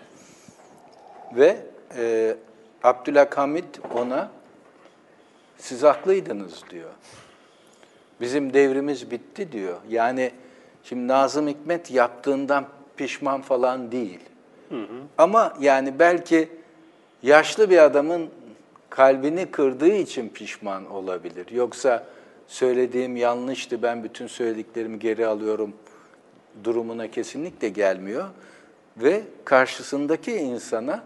Ve e, Abdülhak Hamit ona siz haklıydınız diyor. Bizim devrimiz bitti diyor. Yani şimdi Nazım Hikmet yaptığından pişman falan değil. Hı hı. Ama yani belki yaşlı bir adamın kalbini kırdığı için pişman olabilir. Yoksa söylediğim yanlıştı, ben bütün söylediklerimi geri alıyorum durumuna kesinlikle gelmiyor. Ve karşısındaki insana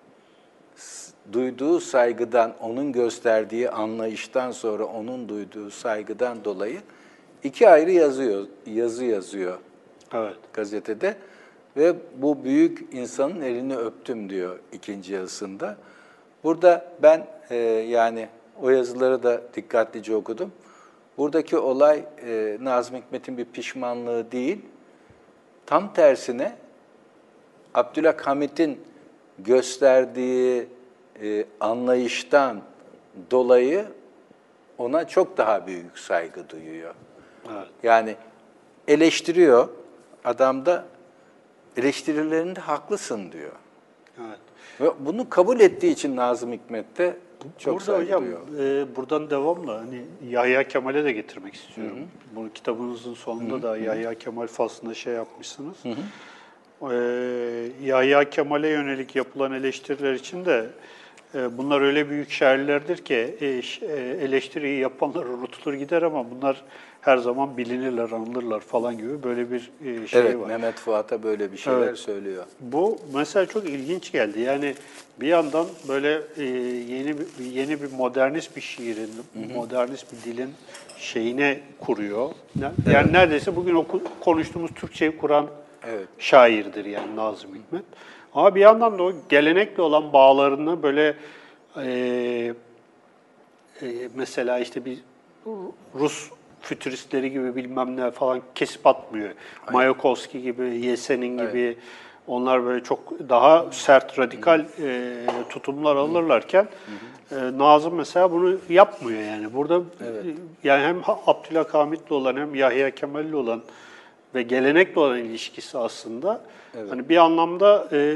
duyduğu saygıdan, onun gösterdiği anlayıştan sonra onun duyduğu saygıdan dolayı iki ayrı yazıyor, yazı yazıyor Evet. gazetede. Ve bu büyük insanın elini öptüm diyor ikinci yazısında. Burada ben e, yani o yazıları da dikkatlice okudum. Buradaki olay e, Nazım Hikmet'in bir pişmanlığı değil, tam tersine Abdülhak Hamit'in gösterdiği e, anlayıştan dolayı ona çok daha büyük saygı duyuyor. Evet. Yani eleştiriyor, adam da eleştirilerinde haklısın diyor. Evet. Ve bunu kabul ettiği için Nazım Hikmet de çok Burada saygı hocam, duyuyor. e, buradan devamla hani Yahya Kemal'e de getirmek istiyorum. Hı hı. Bu kitabınızın sonunda hı hı. da Yahya Kemal faslında şey yapmışsınız. Hı hı. E, Yahya Kemal'e yönelik yapılan eleştiriler için de e, bunlar öyle büyük şairlerdir ki e, eleştiriyi yapanlar unutulur gider ama bunlar her zaman bilinirler, anılırlar falan gibi böyle bir e, şey evet, var. Mehmet Fuat'a böyle bir şeyler evet. söylüyor. Bu mesela çok ilginç geldi. Yani bir yandan böyle e, yeni bir, yeni bir modernist bir şiirin, hı hı. modernist bir dilin şeyine kuruyor. Yani evet. neredeyse bugün oku, konuştuğumuz Türkçeyi kuran evet. şairdir yani Nazım Hikmet. Ama bir yandan da o gelenekle olan bağlarını böyle e, e, mesela işte bir Rus fütüristleri gibi bilmem ne falan kesip atmıyor. Mayakovski gibi, Yesenin gibi onlar böyle çok daha sert, radikal e, tutumlar alırlarken e, Nazım mesela bunu yapmıyor yani. Burada Evet. e, yani hem Abdülhamit'le olan hem Yahya Kemal'le olan ve gelenekle olan ilişkisi aslında hani bir anlamda e,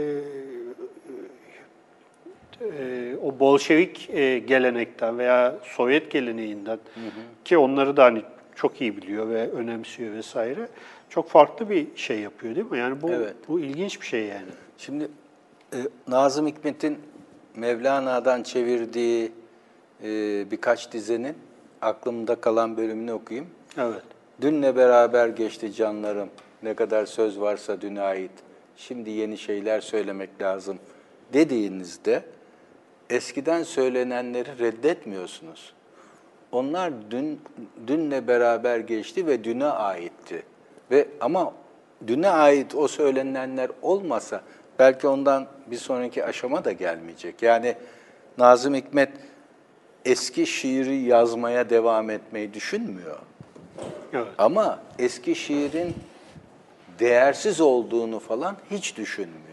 e, o Bolşevik e, gelenekten veya Sovyet geleneğinden hı hı. ki onları da hani çok iyi biliyor ve önemsiyor vesaire. Çok farklı bir şey yapıyor değil mi? Yani bu Evet. bu ilginç bir şey yani. Şimdi e, Nazım Hikmet'in Mevlana'dan çevirdiği e, birkaç dizenin aklımda kalan bölümünü okuyayım. Evet. Dünle beraber geçti canlarım, ne kadar söz varsa düne ait, şimdi yeni şeyler söylemek lazım dediğinizde eskiden söylenenleri reddetmiyorsunuz. Onlar dün dünle beraber geçti ve düne aitti. Ve ama düne ait o söylenenler olmasa belki ondan bir sonraki aşama da gelmeyecek. Yani Nazım Hikmet eski şiiri yazmaya devam etmeyi düşünmüyor. Evet. Ama eski şiirin değersiz olduğunu falan hiç düşünmüyor.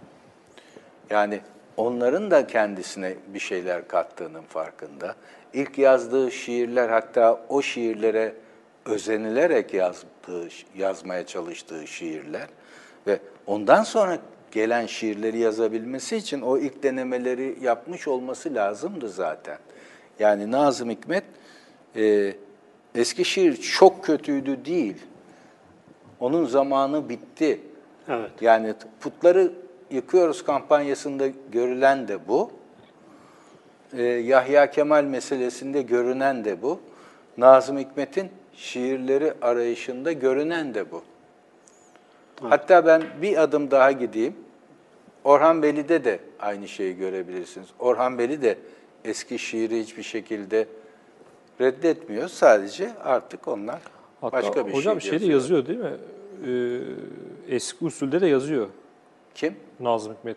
Yani onların da kendisine bir şeyler kattığının farkında. İlk yazdığı şiirler, hatta o şiirlere özenilerek yazdığı, yazmaya çalıştığı şiirler ve ondan sonra gelen şiirleri yazabilmesi için o ilk denemeleri yapmış olması lazımdı zaten. Yani Nazım Hikmet e, eski şiir çok kötüydü değil. Onun zamanı bitti. Evet. Yani putları yıkıyoruz kampanyasında görülen de bu. Ee, Yahya Kemal meselesinde görünen de bu. Nazım Hikmet'in şiirleri arayışında görünen de bu. Evet. Hatta ben bir adım daha gideyim. Orhan Veli'de de aynı şeyi görebilirsiniz. Orhan Veli de eski şiiri hiçbir şekilde reddetmiyor. Sadece artık onlar Hatta başka bir şey hocam şeyde yazıyor değil mi? Ee, eski usulde de yazıyor. Kim? Nazım Hikmet.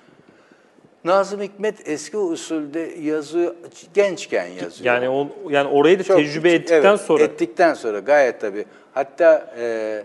Nazım Hikmet eski usulde yazıyor, gençken yazıyor. Yani on, yani orayı da Çok, tecrübe ettikten evet, sonra. Ettikten sonra gayet tabii. Hatta e,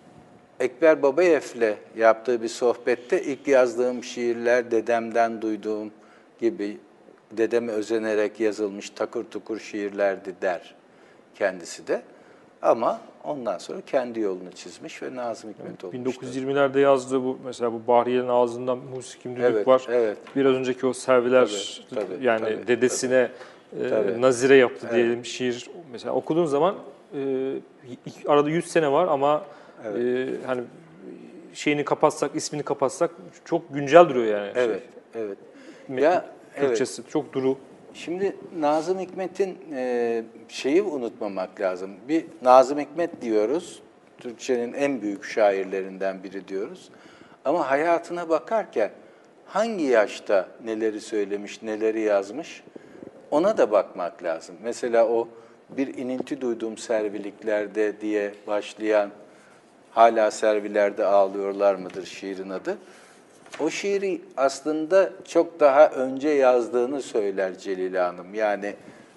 Ekber Babayev'le yaptığı bir sohbette ilk yazdığım şiirler dedemden duyduğum gibi dedeme özenerek yazılmış takır tukur şiirlerdi der kendisi de. Ama ondan sonra kendi yolunu çizmiş ve Nazım Hikmet olmuştur. bin dokuz yüz yirmilerde yazdığı bu mesela bu Bahriye'nin ağzından musikim düdük evet, var. Evet. Biraz önceki o Serviler Tabii, tabii, yani tabii, dedesine tabii. E, Tabii. nazire yaptı Evet. diyelim şiir. Mesela okuduğun zaman e, arada yüz sene var ama Evet. e, hani şeyini kapatsak, ismini kapatsak çok güncel duruyor yani. Evet, şey. evet. Me- Ya Türkçesi evet. çok duru. Şimdi Nazım Hikmet'in e, şeyi unutmamak lazım. Bir Nazım Hikmet diyoruz, Türkçenin en büyük şairlerinden biri diyoruz. Ama hayatına bakarken hangi yaşta neleri söylemiş, neleri yazmış ona da bakmak lazım. Mesela o bir inilti duyduğum serviliklerde diye başlayan hala servilerde ağlıyorlar mıdır şiirin adı. O şiiri aslında çok daha önce yazdığını söyler Celile Hanım. Yani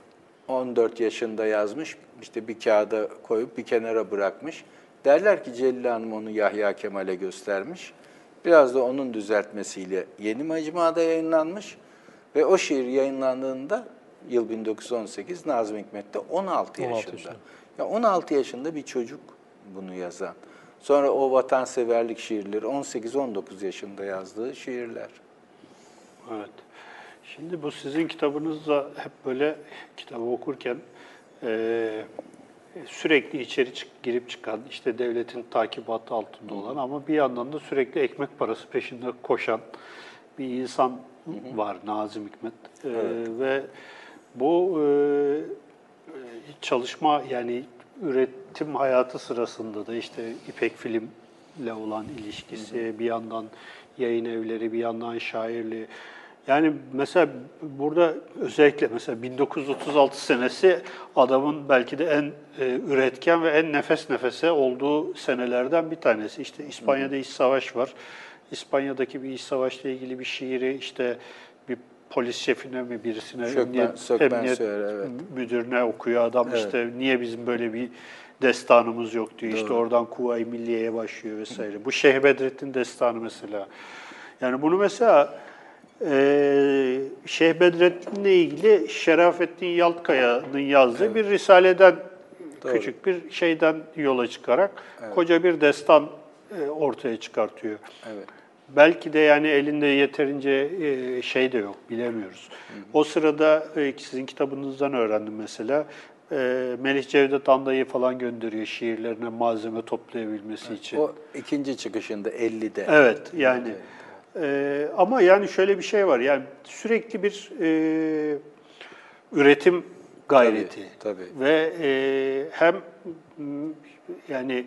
on dört yaşında yazmış, işte bir kağıda koyup bir kenara bırakmış. Derler ki Celile Hanım onu Yahya Kemal'e göstermiş. Biraz da onun düzeltmesiyle Yeni Mecmua'da yayınlanmış. Ve o şiir yayınlandığında yıl bin dokuz yüz on sekiz, Nazım Hikmet de on altı yaşında. yaşında. Ya on altı yaşında bir çocuk bunu yazan. Sonra o vatanseverlik şiirleri on sekiz on dokuz yaşında yazdığı şiirler. Evet. Şimdi bu sizin kitabınızda hep böyle kitabı okurken e, sürekli içeri çık, girip çıkan, işte devletin takibatı altında olan ama bir yandan da sürekli ekmek parası peşinde koşan bir insan var Nazım Hikmet. E, Evet. Ve bu e, çalışma yani üretim hayatı sırasında da işte İpek Film'le olan ilişkisi, hı hı. bir yandan yayın evleri, bir yandan şairliği. Yani mesela burada özellikle mesela bin dokuz yüz otuz altı senesi adamın belki de en e, üretken ve en nefes nefese olduğu senelerden bir tanesi. İşte İspanya'da iç savaş var. İspanya'daki bir iç savaşla ilgili bir şiiri işte bir polis şefine mi birisine, Sökmen, emniyet, sökmen emniyet söyler, evet. müdürüne okuyor adam Evet. işte niye bizim böyle bir destanımız yok diyor. Doğru. İşte oradan Kuvayi Milliye'ye başlıyor vesaire. Bu Şeyh Bedrettin destanı mesela. Yani bunu mesela e, Şeyh Bedrettin'le ilgili Şerafettin Yaltkaya'nın yazdığı Evet. bir risaleden Doğru. küçük bir şeyden yola çıkarak Evet. koca bir destan e, ortaya çıkartıyor. Evet. Belki de yani elinde yeterince e, şey de yok, bilemiyoruz. Hı hı. O sırada e, sizin kitabınızdan öğrendim mesela. E, Melih Cevdet Anday'ı falan gönderiyor şiirlerine malzeme toplayabilmesi Evet. için. O ikinci çıkışında ellide. Evet yani. E, ama yani şöyle bir şey var. Yani sürekli bir e, üretim gayreti. Tabii, tabii. Ve e, hem m, yani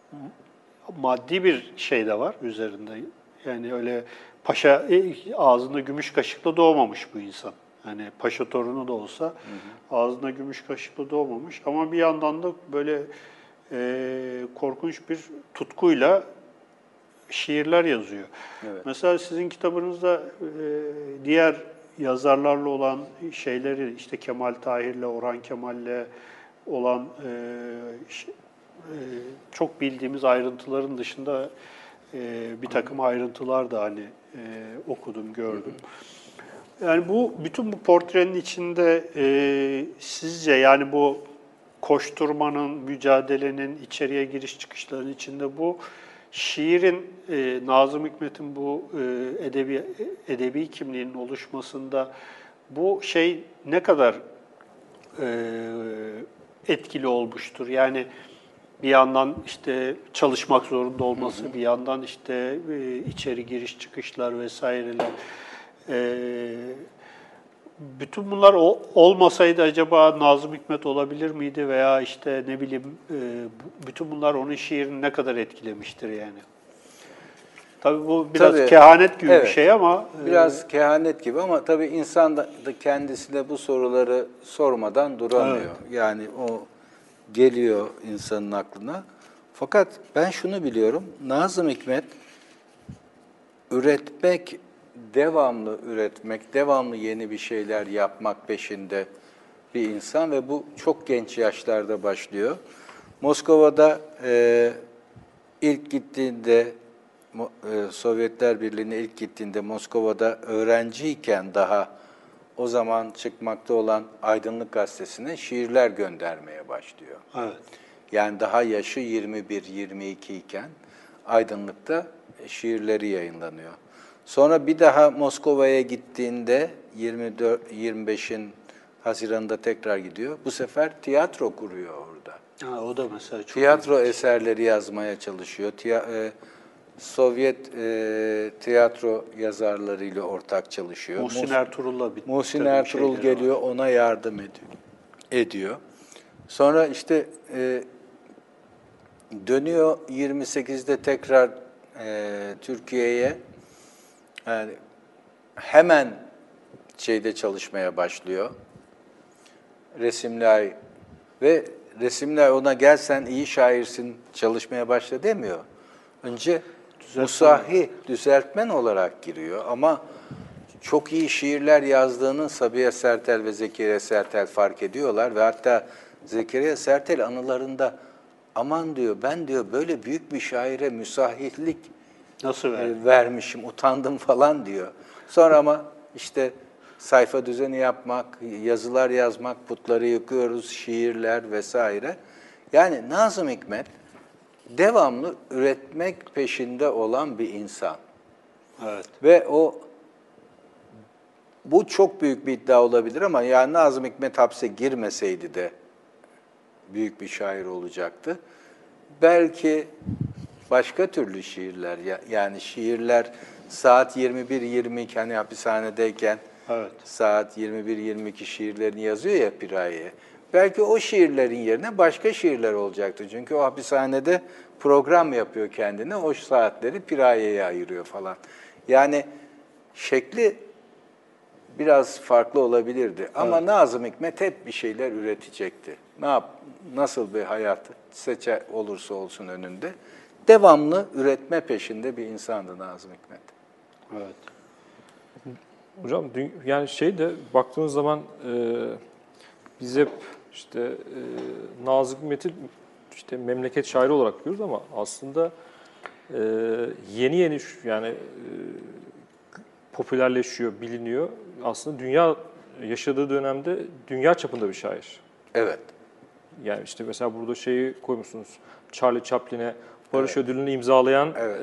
maddi bir şey de var üzerinde. Yani öyle paşa e, ağzında gümüş kaşıkla doğmamış bu insan. Yani paşa torunu da olsa hı hı. ağzında gümüş kaşıkla doğmamış. Ama bir yandan da böyle e, korkunç bir tutkuyla şiirler yazıyor. Evet. Mesela sizin kitabınızda e, diğer yazarlarla olan şeyleri, işte Kemal Tahir'le, Orhan Kemal'le olan e, ş- e, çok bildiğimiz ayrıntıların dışında e, bir takım ayrıntılar da hani e, okudum, gördüm. Yani bu bütün bu portrenin içinde e, sizce yani bu koşturmanın, mücadelenin, içeriye giriş çıkışların içinde bu şiirin, e, Nazım Hikmet'in bu e, edebi edebi kimliğinin oluşmasında bu şey ne kadar e, etkili olmuştur? Yani bir yandan işte çalışmak zorunda olması, hı hı. bir yandan işte e, içeri giriş çıkışlar vesaireler. E, bütün bunlar o, olmasaydı acaba Nazım Hikmet olabilir miydi veya işte ne bileyim e, bütün bunlar onun şiirini ne kadar etkilemiştir yani? Tabii bu biraz Tabii, kehanet gibi evet. bir şey ama... Biraz e, kehanet gibi ama tabii insan da kendisine bu soruları sormadan duramıyor. Evet. Yani o geliyor insanın aklına. Fakat ben şunu biliyorum, Nazım Hikmet üretmek, devamlı üretmek, devamlı yeni bir şeyler yapmak peşinde bir insan ve bu çok genç yaşlarda başlıyor. Moskova'da e, ilk gittiğinde, e, Sovyetler Birliği'ne ilk gittiğinde Moskova'da öğrenciyken daha o zaman çıkmakta olan Aydınlık Gazetesi'ne şiirler göndermeye başlıyor. Evet. Yani daha yaşı yirmi bir yirmi iki iken Aydınlık'ta şiirleri yayınlanıyor. Sonra bir daha Moskova'ya gittiğinde yirmi dört yirmi beşin Haziran'da tekrar gidiyor. Bu sefer tiyatro kuruyor orada. Ha, o da mesela çok Tiyatro ilginç. eserleri yazmaya çalışıyor. Tiya, e, Sovyet e, tiyatro yazarlarıyla ortak çalışıyor. Muhsin Mus- Ertuğrul'la bir Muhsin takım Ertuğrul şeyleri geliyor, var. ona yardım ediyor. ediyor. Sonra işte e, dönüyor yirmi sekizde tekrar e, Türkiye'ye. Yani hemen şeyde çalışmaya başlıyor. Resimli Ay ve Resimli Ay ona gel sen iyi şairsin çalışmaya başla demiyor. Önce musahi düzeltmen olarak giriyor ama çok iyi şiirler yazdığını Sabiha Sertel ve Zekeriya Sertel fark ediyorlar ve hatta Zekeriya Sertel anılarında aman diyor ben diyor böyle büyük bir şaire müsahihlik Nasıl e, verdi? vermişim, utandım falan diyor. Sonra ama işte sayfa düzeni yapmak, yazılar yazmak, putları yıkıyoruz, şiirler vesaire. Yani Nazım Hikmet devamlı üretmek peşinde olan bir insan. Evet. Ve o bu çok büyük bir iddia olabilir ama yani Nazım Hikmet hapse girmeseydi de büyük bir şair olacaktı. Belki başka türlü şiirler, yani şiirler saat yirmi bir yirmi iki hani hapishanedeyken Evet. saat yirmi bir yirmi iki şiirlerini yazıyor ya Piraye'ye. Belki o şiirlerin yerine başka şiirler olacaktı. Çünkü o hapishanede program yapıyor kendine, o saatleri Piraye'ye ayırıyor falan. Yani şekli biraz farklı olabilirdi. Ama evet. Nazım Hikmet hep bir şeyler üretecekti. Ne yap, nasıl bir hayat seçer olursa olsun önünde, devamlı üretme peşinde bir insandı Nazım Hikmet. Evet. Hocam dü- yani şey de baktığınız zaman e, biz hep işte e, Nazım Hikmet'i işte memleket şairi olarak görüyoruz ama aslında e, yeni yeni şu- yani e, popülerleşiyor, biliniyor. Aslında dünya yaşadığı dönemde dünya çapında bir şair. Evet. Yani işte mesela burada şeyi koymuşsunuz. Charlie Chaplin'e Barış evet. Ödülünü imzalayan Evet.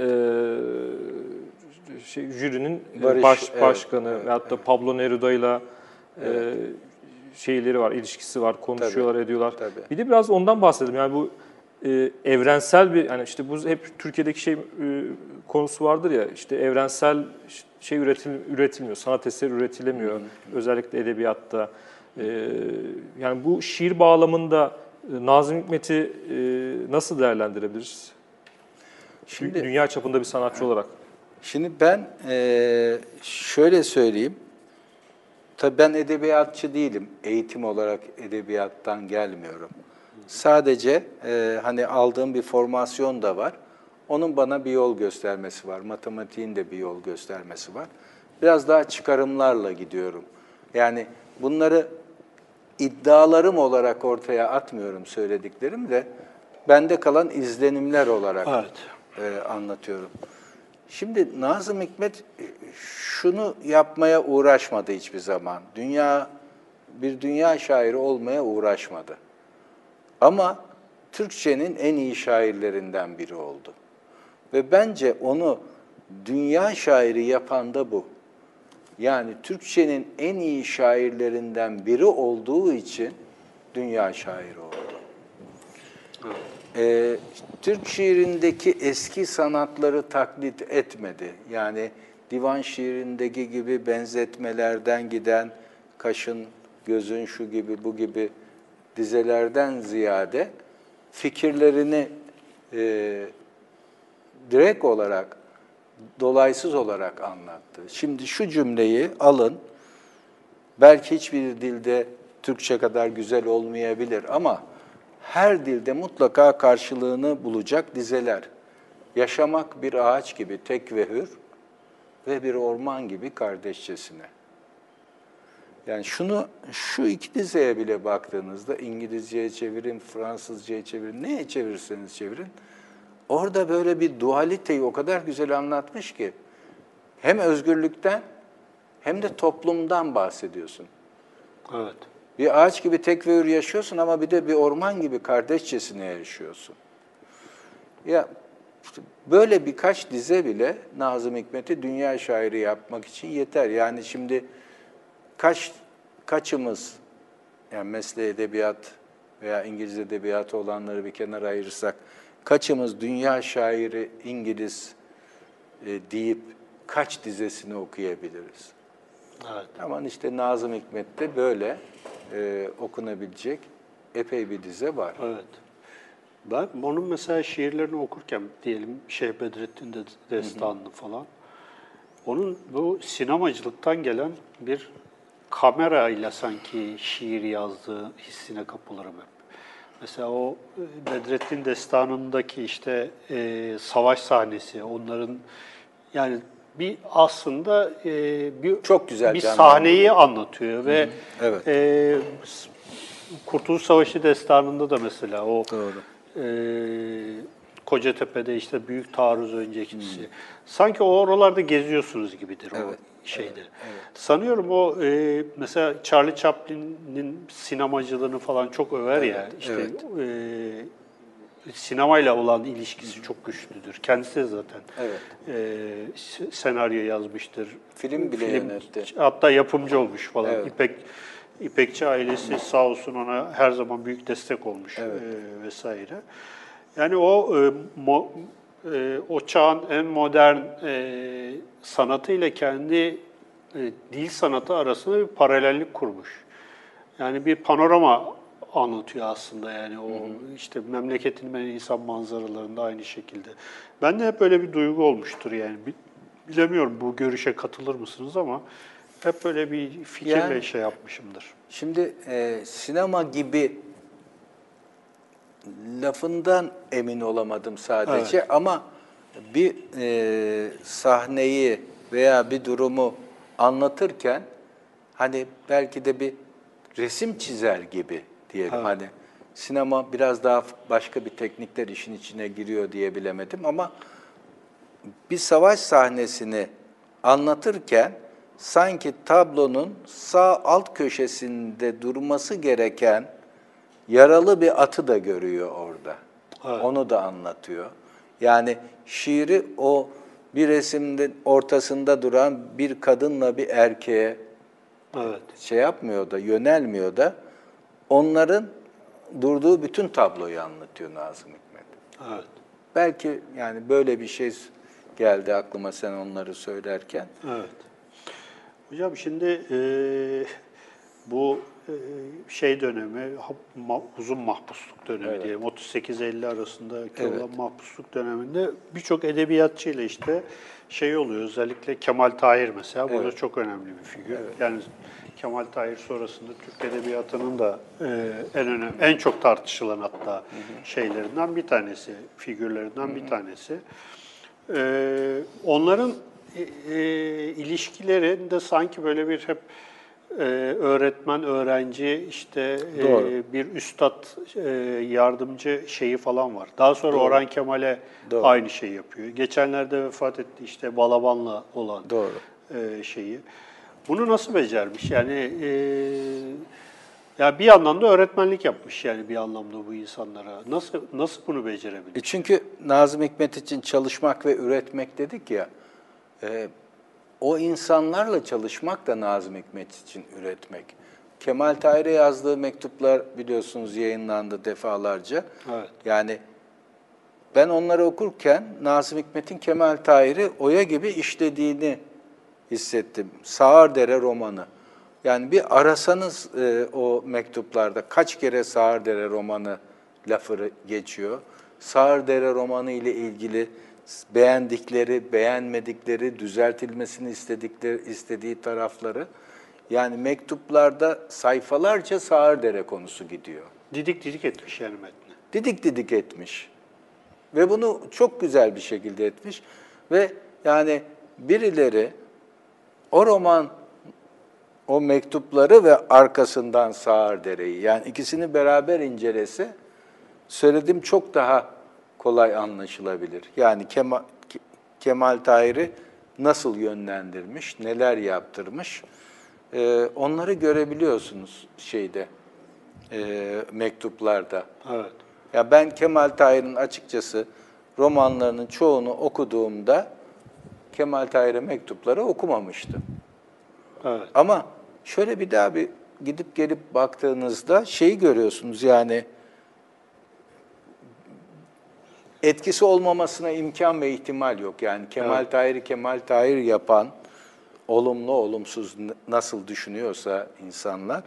e, şey, jürinin Barış, baş, evet, başkanı evet, veyahut da evet. Pablo Neruda'yla Evet. e, şeyleri var, ilişkisi var, konuşuyorlar, Tabii, ediyorlar. tabii. Bir de biraz ondan bahsedelim. Yani bu e, evrensel bir, hani işte bu hep Türkiye'deki şey e, konusu vardır ya, işte evrensel şey üretil, üretilmiyor, sanat eseri üretilemiyor. Hı hı. Özellikle edebiyatta. E, yani bu şiir bağlamında e, Nazım Hikmet'i e, nasıl değerlendirebiliriz? Şimdi, dünya çapında bir sanatçı evet. olarak. Şimdi ben e, şöyle söyleyeyim. Tabii ben edebiyatçı değilim. Eğitim olarak edebiyattan gelmiyorum. Sadece e, hani aldığım bir formasyon da var. Onun bana bir yol göstermesi var. Matematiğin de bir yol göstermesi var. Biraz daha çıkarımlarla gidiyorum. Yani bunları iddialarım olarak ortaya atmıyorum söylediklerim de bende kalan izlenimler olarak evet. e, anlatıyorum. Şimdi Nazım Hikmet şunu yapmaya uğraşmadı hiçbir zaman. Dünya bir dünya şairi olmaya uğraşmadı. Ama Türkçenin en iyi şairlerinden biri oldu. Ve bence onu dünya şairi yapan da bu. Yani Türkçenin en iyi şairlerinden biri olduğu için dünya şairi oldu. Evet. Ee, Türk şiirindeki eski sanatları taklit etmedi. Yani divan şiirindeki gibi benzetmelerden giden kaşın, gözün şu gibi, bu gibi dizelerden ziyade fikirlerini e, direkt olarak, dolaysız olarak anlattı. Şimdi şu cümleyi alın, belki hiçbir dilde Türkçe kadar güzel olmayabilir ama her dilde mutlaka karşılığını bulacak dizeler. Yaşamak bir ağaç gibi tek ve hür ve bir orman gibi kardeşçesine. Yani şunu, şu iki dizeye bile baktığınızda İngilizceye çevirin, Fransızcaya çevirin, neye çevirirseniz çevirin. Orada böyle bir dualiteyi o kadar güzel anlatmış ki hem özgürlükten hem de toplumdan bahsediyorsun. Evet. Bir ağaç gibi tek ve hür yaşıyorsun ama bir de bir orman gibi kardeşçesine yaşıyorsun. Ya işte böyle birkaç dize bile Nazım Hikmet'i dünya şairi yapmak için yeter. Yani şimdi kaç kaçımız yani mesleği edebiyat veya İngiliz edebiyatı olanları bir kenara ayırırsak kaçımız dünya şairi İngiliz e, deyip kaç dizesini okuyabiliriz? Evet. Ama işte Nazım Hikmet'te böyle e, okunabilecek epey bir dize var. Evet. Ben onun mesela şiirlerini okurken diyelim Şeyh Bedrettin de Destanı'nı falan, onun bu sinemacılıktan gelen bir kamerayla sanki şiir yazdığı hissine kapılırım hep. Mesela o Bedrettin Destanı'ndaki işte e, savaş sahnesi, onların yani bir aslında e, bir çok güzel bir sahneyi anlatıyor ve evet. e, Kurtuluş Savaşı Destanı'nda da mesela o doğru. E, Kocatepe'de işte büyük taarruz öncesi. Hmm. Sanki o oralarda geziyorsunuz gibidir evet. o şeyde. Evet. Evet. Sanıyorum o e, mesela Charlie Chaplin'in sinemacılığını falan çok över evet. ya. İşte evet. e, sinemayla olan ilişkisi çok güçlüdür. Kendisi de zaten evet. e, senaryo yazmıştır. Film bile Film, yönetti. Hatta yapımcı olmuş falan. Evet. İpek İpekçi ailesi sağ olsun ona her zaman büyük destek olmuş evet. e, vesaire. Yani o e, mo, e, o çağın en modern e, sanatıyla kendi e, dil sanatı arasında bir paralellik kurmuş. Yani bir panorama anlatıyor aslında yani o hı hı. işte memleketin en insan manzaralarında aynı şekilde. Ben de hep böyle bir duygu olmuştur yani. Bilemiyorum bu görüşe katılır mısınız ama hep böyle bir fikirle yani, şey yapmışımdır. Şimdi e, sinema gibi lafından emin olamadım sadece evet. ama bir e, sahneyi veya bir durumu anlatırken hani belki de bir resim çizer gibi diyelim. Evet. Hani sinema biraz daha başka bir teknikler işin içine giriyor diye bilemedim ama bir savaş sahnesini anlatırken sanki tablonun sağ alt köşesinde durması gereken yaralı bir atı da görüyor orada. Evet. Onu da anlatıyor. Yani şiiri o bir resimde ortasında duran bir kadınla bir erkeğe Evet. şey yapmıyor da, yönelmiyor da onların durduğu bütün tabloyu anlatıyor Nazım Hikmet. Evet. Belki yani böyle bir şey geldi aklıma sen onları söylerken. Evet. Hocam şimdi e, bu e, şey dönemi, ha- ma- uzun mahpusluk dönemi Evet. diyelim, otuz sekiz elli arasındaki Evet. olan mahpusluk döneminde birçok edebiyatçıyla işte şey oluyor, özellikle Kemal Tahir mesela burada Evet. çok önemli bir figür. Yani Kemal Tahir sonrasında Türk Edebiyatı'nın da e, en önemli, en çok tartışılan hatta şeylerinden bir tanesi, figürlerinden bir tanesi. Ee, onların e, e, ilişkilerinde sanki böyle bir hep e, öğretmen, öğrenci, işte Doğru. e, bir üstad, e, yardımcı şeyi falan var. Daha sonra Doğru. Orhan Kemal'e Doğru. aynı şeyi yapıyor. Geçenlerde vefat etti işte Balaban'la olan Doğru. e, şeyi. Bunu nasıl becermiş? Yani e, ya bir yandan da öğretmenlik yapmış yani bir anlamda bu insanlara. Nasıl nasıl bunu becerebilmiş? E çünkü Nazım Hikmet için çalışmak ve üretmek dedik ya, e, o insanlarla çalışmak da Nazım Hikmet için üretmek. Kemal Tahir'e yazdığı mektuplar biliyorsunuz yayınlandı defalarca. Evet. Yani ben onları okurken Nazım Hikmet'in Kemal Tahir'i oya gibi işlediğini hissettim. Sağırdere romanı. Yani bir arasanız e, o mektuplarda kaç kere Sağırdere romanı lafı geçiyor. Sağırdere romanı ile ilgili beğendikleri, beğenmedikleri, düzeltilmesini istedikleri, istediği tarafları. Yani mektuplarda sayfalarca Sağırdere konusu gidiyor. Didik didik etmiş yani metni. Didik didik etmiş. Ve bunu çok güzel bir şekilde etmiş. Ve yani birileri o roman, o mektupları ve arkasından Sağırdere'yi, yani ikisini beraber incelese, söylediğim çok daha kolay anlaşılabilir. Yani Kemal, Kemal Tahir'i nasıl yönlendirmiş, neler yaptırmış, ee, onları görebiliyorsunuz şeyde, e, mektuplarda. Evet. Ya ben Kemal Tahir'in açıkçası romanlarının çoğunu okuduğumda Kemal Tahir'e mektupları okumamıştım. Evet. Ama şöyle bir daha bir gidip gelip baktığınızda şeyi görüyorsunuz yani etkisi olmamasına imkan ve ihtimal yok. Yani Kemal Evet. Tahir'i Kemal Tahir yapan, olumlu olumsuz nasıl düşünüyorsa insanlar,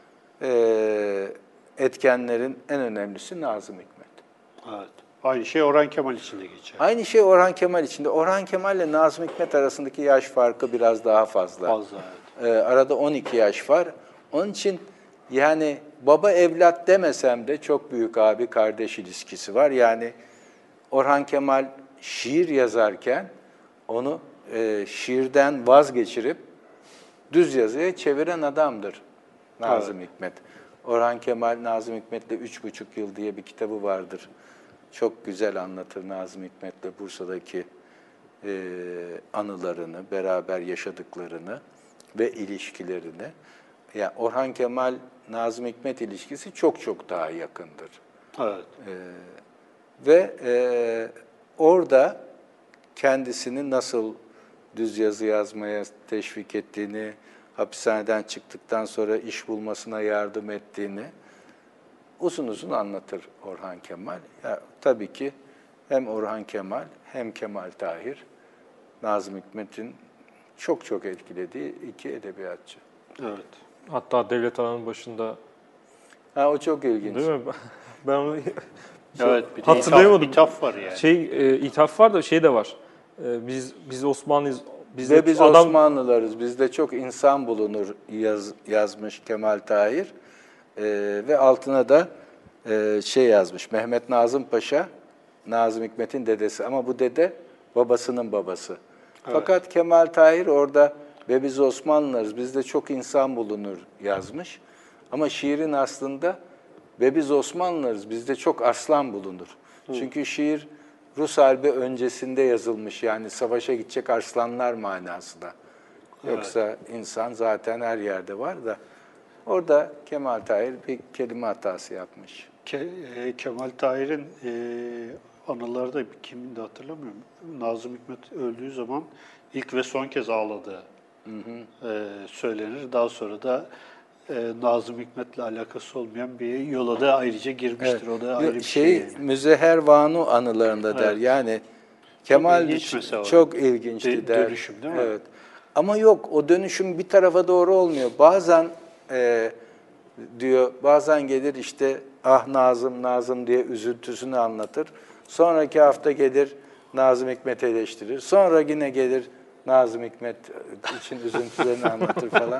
etkenlerin en önemlisi Nazım Hikmet. Evet. Aynı şey Orhan Kemal için de geçer. Aynı şey Orhan Kemal için de. Orhan Kemal ile Nazım Hikmet arasındaki yaş farkı biraz daha fazla. Fazla, evet. Ee, arada on iki yaş var. Onun için yani baba evlat demesem de çok büyük abi kardeş ilişkisi var. Yani Orhan Kemal şiir yazarken onu e, şiirden vazgeçirip düz yazıya çeviren adamdır Nazım Evet. Hikmet. Orhan Kemal, Nazım Hikmet'le Üç Buçuk Yıl diye bir kitabı vardır. Çok güzel anlatır Nazım Hikmet'le Bursa'daki e, anılarını, beraber yaşadıklarını ve ilişkilerini. Yani Orhan Kemal, Nazım Hikmet ilişkisi çok çok daha yakındır. Evet. E, ve e, orada kendisini nasıl düz yazı yazmaya teşvik ettiğini, hapishaneden çıktıktan sonra iş bulmasına yardım ettiğini uzun uzun anlatır Orhan Kemal. Ya, tabii ki hem Orhan Kemal hem Kemal Tahir, Nazım Hikmet'in çok çok etkilediği iki edebiyatçı. Evet. Hatta Devlet Ana'nın başında, Ha, o çok ilginç. değil mi? Ben onu Evet. Bir de hatırlayamadım. ithaf, ithaf var yani. Şey, e, ithaf var da şey de var. E, biz biz Osmanlıyız. Biz Ve de biz adam Osmanlılarız, bizde çok insan bulunur yaz, yazmış Kemal Tahir. Ee, ve altına da e, şey yazmış, Mehmet Nazım Paşa, Nazım Hikmet'in dedesi. Ama bu dede babasının babası. Evet. Fakat Kemal Tahir orada ve biz Osmanlılarız, bizde çok insan bulunur yazmış. Ama şiirin aslında ve biz Osmanlılarız, bizde çok arslan bulunur. Hı. Çünkü şiir Rus Harbi öncesinde yazılmış, yani savaşa gidecek arslanlar manasında. Evet. Yoksa insan zaten her yerde var da orada Kemal Tahir bir kelime hatası yapmış. Ke, e, Kemal Tahir'in e, anıları da kimdi hatırlamıyorum. Nazım Hikmet öldüğü zaman ilk ve son kez ağladığı hı hı. E, söylenir. Daha sonra da e, Nazım Hikmet'le alakası olmayan bir yola da ayrıca girmiştir. Evet. O da ayrı bir şey. şey yani. Müzeher Vanu anılarında evet. der. Yani Kemal çok, ilginç çok ilginçti de, der. Dönüşüm değil mi? Evet. Ama yok, o dönüşüm bir tarafa doğru olmuyor. Bazen e, diyor, bazen gelir işte ah Nazım Nazım diye üzüntüsünü anlatır. Sonraki hafta gelir Nazım Hikmet'i eleştirir. Sonra yine gelir Nazım Hikmet için üzüntülerini anlatır falan.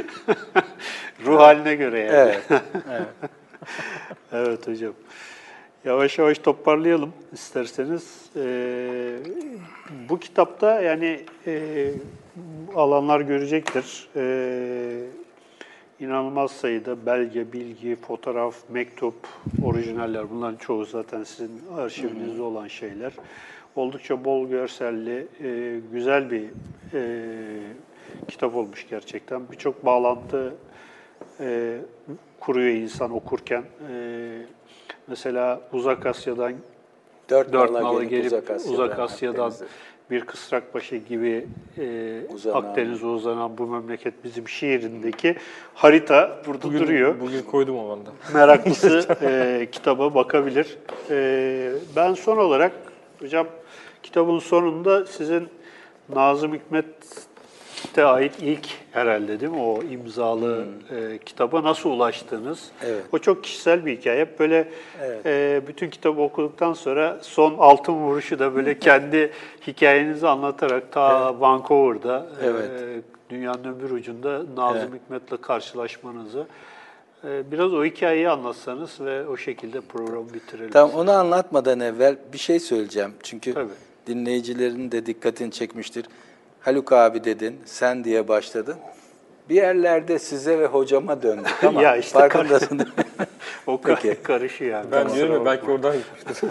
Ruh haline göre yani. Evet. Evet. Evet hocam. Yavaş yavaş toparlayalım isterseniz. Ee, bu kitapta yani e, alanlar görecektir. Ee, inanılmaz sayıda belge, bilgi, fotoğraf, mektup, orijinaller. Bunların çoğu zaten sizin arşivinizde olan şeyler. Oldukça bol görselli, e, güzel bir e, kitap olmuş gerçekten. Birçok bağlantı e, kuruyor insan okurken. E, mesela Uzak Asya'dan Dört, dört nala nala gelip, gelip Uzak Asya'dan, Uzak Asya'dan Akdeniz'e. bir Kısrakpaşa gibi e, Uzanan. Akdeniz'e uzanan bu memleket bizim şiirindeki harita burada bugün, duruyor. Bugün koydum o anda. Meraklısı e, kitaba bakabilir. E, ben son olarak hocam kitabın sonunda sizin Nazım Hikmet'e ait ilk herhalde değil mi o imzalı hmm. e, kitaba nasıl ulaştınız? Evet. O çok kişisel bir hikaye. Hep böyle evet. e, bütün kitabı okuduktan sonra son altın vuruşu da böyle kendi hikayenizi anlatarak ta evet. Vancouver'da evet. e, dünyanın öbür ucunda Nazım evet. Hikmet'le karşılaşmanızı e, biraz o hikayeyi anlatsanız ve o şekilde programı bitirelim. Tamam, onu anlatmadan evvel bir şey söyleyeceğim. Çünkü Tabii. dinleyicilerin de dikkatini çekmiştir. Haluk abi dedin, sen diye başladın. Bir yerlerde size ve hocama döndük ama ya işte farkındasın. O Peki. karışıyor yani. Ben diyorum ya belki oradan gitmiştir.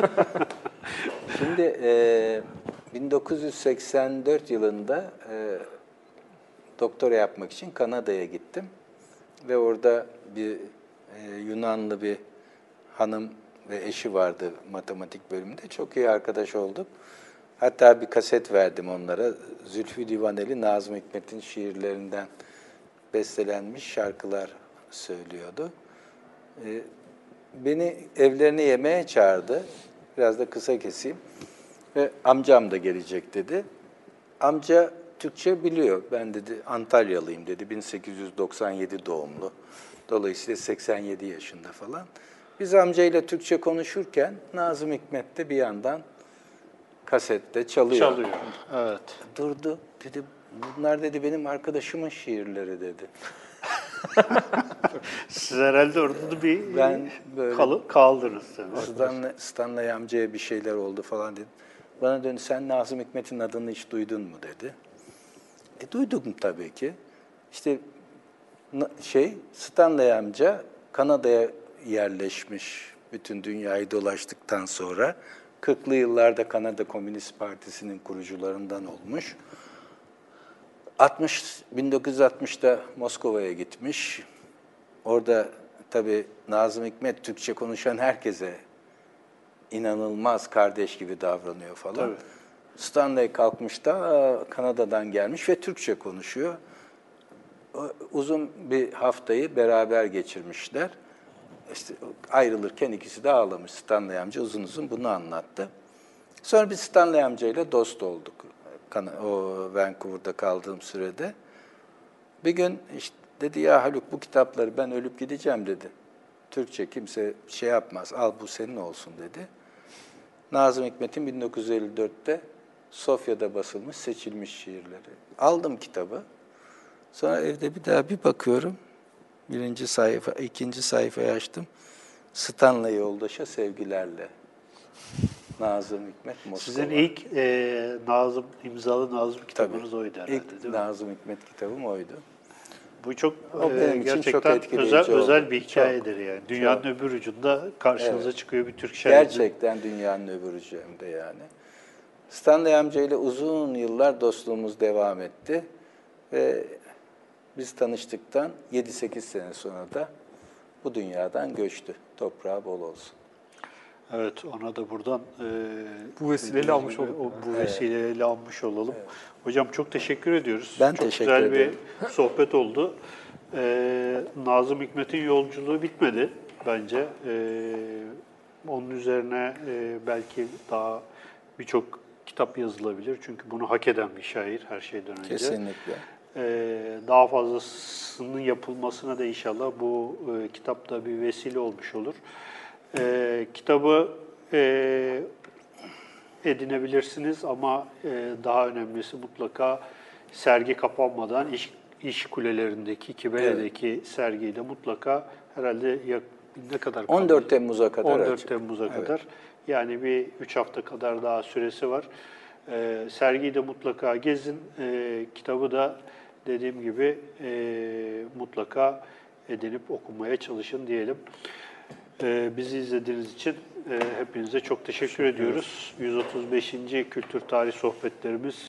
Şimdi e, bin dokuz yüz seksen dört yılında e, doktora yapmak için Kanada'ya gittim. Ve orada bir e, Yunanlı bir hanım ve eşi vardı matematik bölümünde. Çok iyi arkadaş olduk. Hatta bir kaset verdim onlara. Zülfü Livaneli, Nazım Hikmet'in şiirlerinden bestelenmiş şarkılar söylüyordu. E, beni evlerine yemeğe çağırdı. Biraz da kısa keseyim. Ve amcam da gelecek dedi. Amca Türkçe biliyor. Ben dedi Antalyalıyım dedi. bin sekiz yüz doksan yedi doğumlu. Dolayısıyla seksen yedi yaşında falan. Biz amcayla Türkçe konuşurken Nazım Hikmet de bir yandan kasette çalıyor. Çalıyor. Evet. Durdu. Dedi bunlar dedi benim arkadaşımın şiirleri dedi. Siz herhalde orada bir ben böyle kalı, kaldınız. Stanley, Stanley amcaya bir şeyler oldu falan dedim. Bana döndü, sen Nazım Hikmet'in adını hiç duydun mu dedi. E duydum tabii ki. İşte şey Stanley amca Kanada'ya yerleşmiş bütün dünyayı dolaştıktan sonra. kırklı yıllarda Kanada Komünist Partisi'nin kurucularından olmuş. altmış bin dokuz yüz altmışta Moskova'ya gitmiş. Orada tabii Nazım Hikmet Türkçe konuşan herkese inanılmaz kardeş gibi davranıyor falan. Tabii. Stanley kalkmış da Kanada'dan gelmiş ve Türkçe konuşuyor. Uzun bir haftayı beraber geçirmişler. İşte ayrılırken ikisi de ağlamış. Stanley amca uzun uzun bunu anlattı. Sonra biz Stanley amcayla dost olduk. O Vancouver'da kaldığım sürede. Bir gün işte dedi ya Haluk bu kitapları ben ölüp gideceğim dedi. Türkçe kimse şey yapmaz. Al bu senin olsun dedi. Nazım Hikmet'in bin dokuz yüz elli dörtte Sofya'da basılmış seçilmiş şiirleri. Aldım kitabı. Sonra evde bir daha bir bakıyorum. Birinci sayfa, ikinci sayfayı açtım. Stanley Yoldaş'a sevgilerle. Nazım Hikmet Moskova. Sizin ilk e, Nazım, imzalı Nazım kitabınız Tabii. oydu herhalde, İlk değil mi? Nazım Hikmet kitabım oydu. Bu çok O e, benim için gerçekten çok etkileyici özel, oldu. özel bir Çok, hikayedir yani. Dünyanın çok. öbür ucunda karşınıza Evet. çıkıyor bir Türk şairi. Gerçekten dünyanın öbür ucu hem de yani. Stanley amca ile uzun yıllar dostluğumuz devam etti. Ve biz tanıştıktan yedi sekiz sene sonra da bu dünyadan göçtü. Toprağı bol olsun. Evet, ona da buradan e, Bu vesileyle almış olduk. O, bu vesileyle almış olalım. Hocam çok teşekkür ediyoruz. Ben çok teşekkür güzel ederim. bir sohbet oldu. E, Nazım Hikmet'in yolculuğu bitmedi bence. E, onun üzerine e, belki daha birçok kitap yazılabilir. Çünkü bunu hak eden bir şair her şeyden önce. Kesinlikle. Ee, daha fazlasının yapılmasına da inşallah bu e, kitapta bir vesile olmuş olur. Ee, kitabı e, edinebilirsiniz ama e, daha önemlisi mutlaka sergi kapanmadan iş, iş kulelerindeki, Kibele'deki sergiyi de mutlaka herhalde yak, ne kadar kaldı? on dört Temmuz'a kadar on dört açık. Temmuz'a Evet. kadar. Yani bir üç hafta kadar daha süresi var. Ee, sergiyi de mutlaka gezin. Ee, kitabı da dediğim gibi e, mutlaka edinip okumaya çalışın diyelim. Ee, bizi izlediğiniz için e, hepinize çok teşekkür ediyoruz. yüz otuz beşinci Kültür Tarih Sohbetlerimiz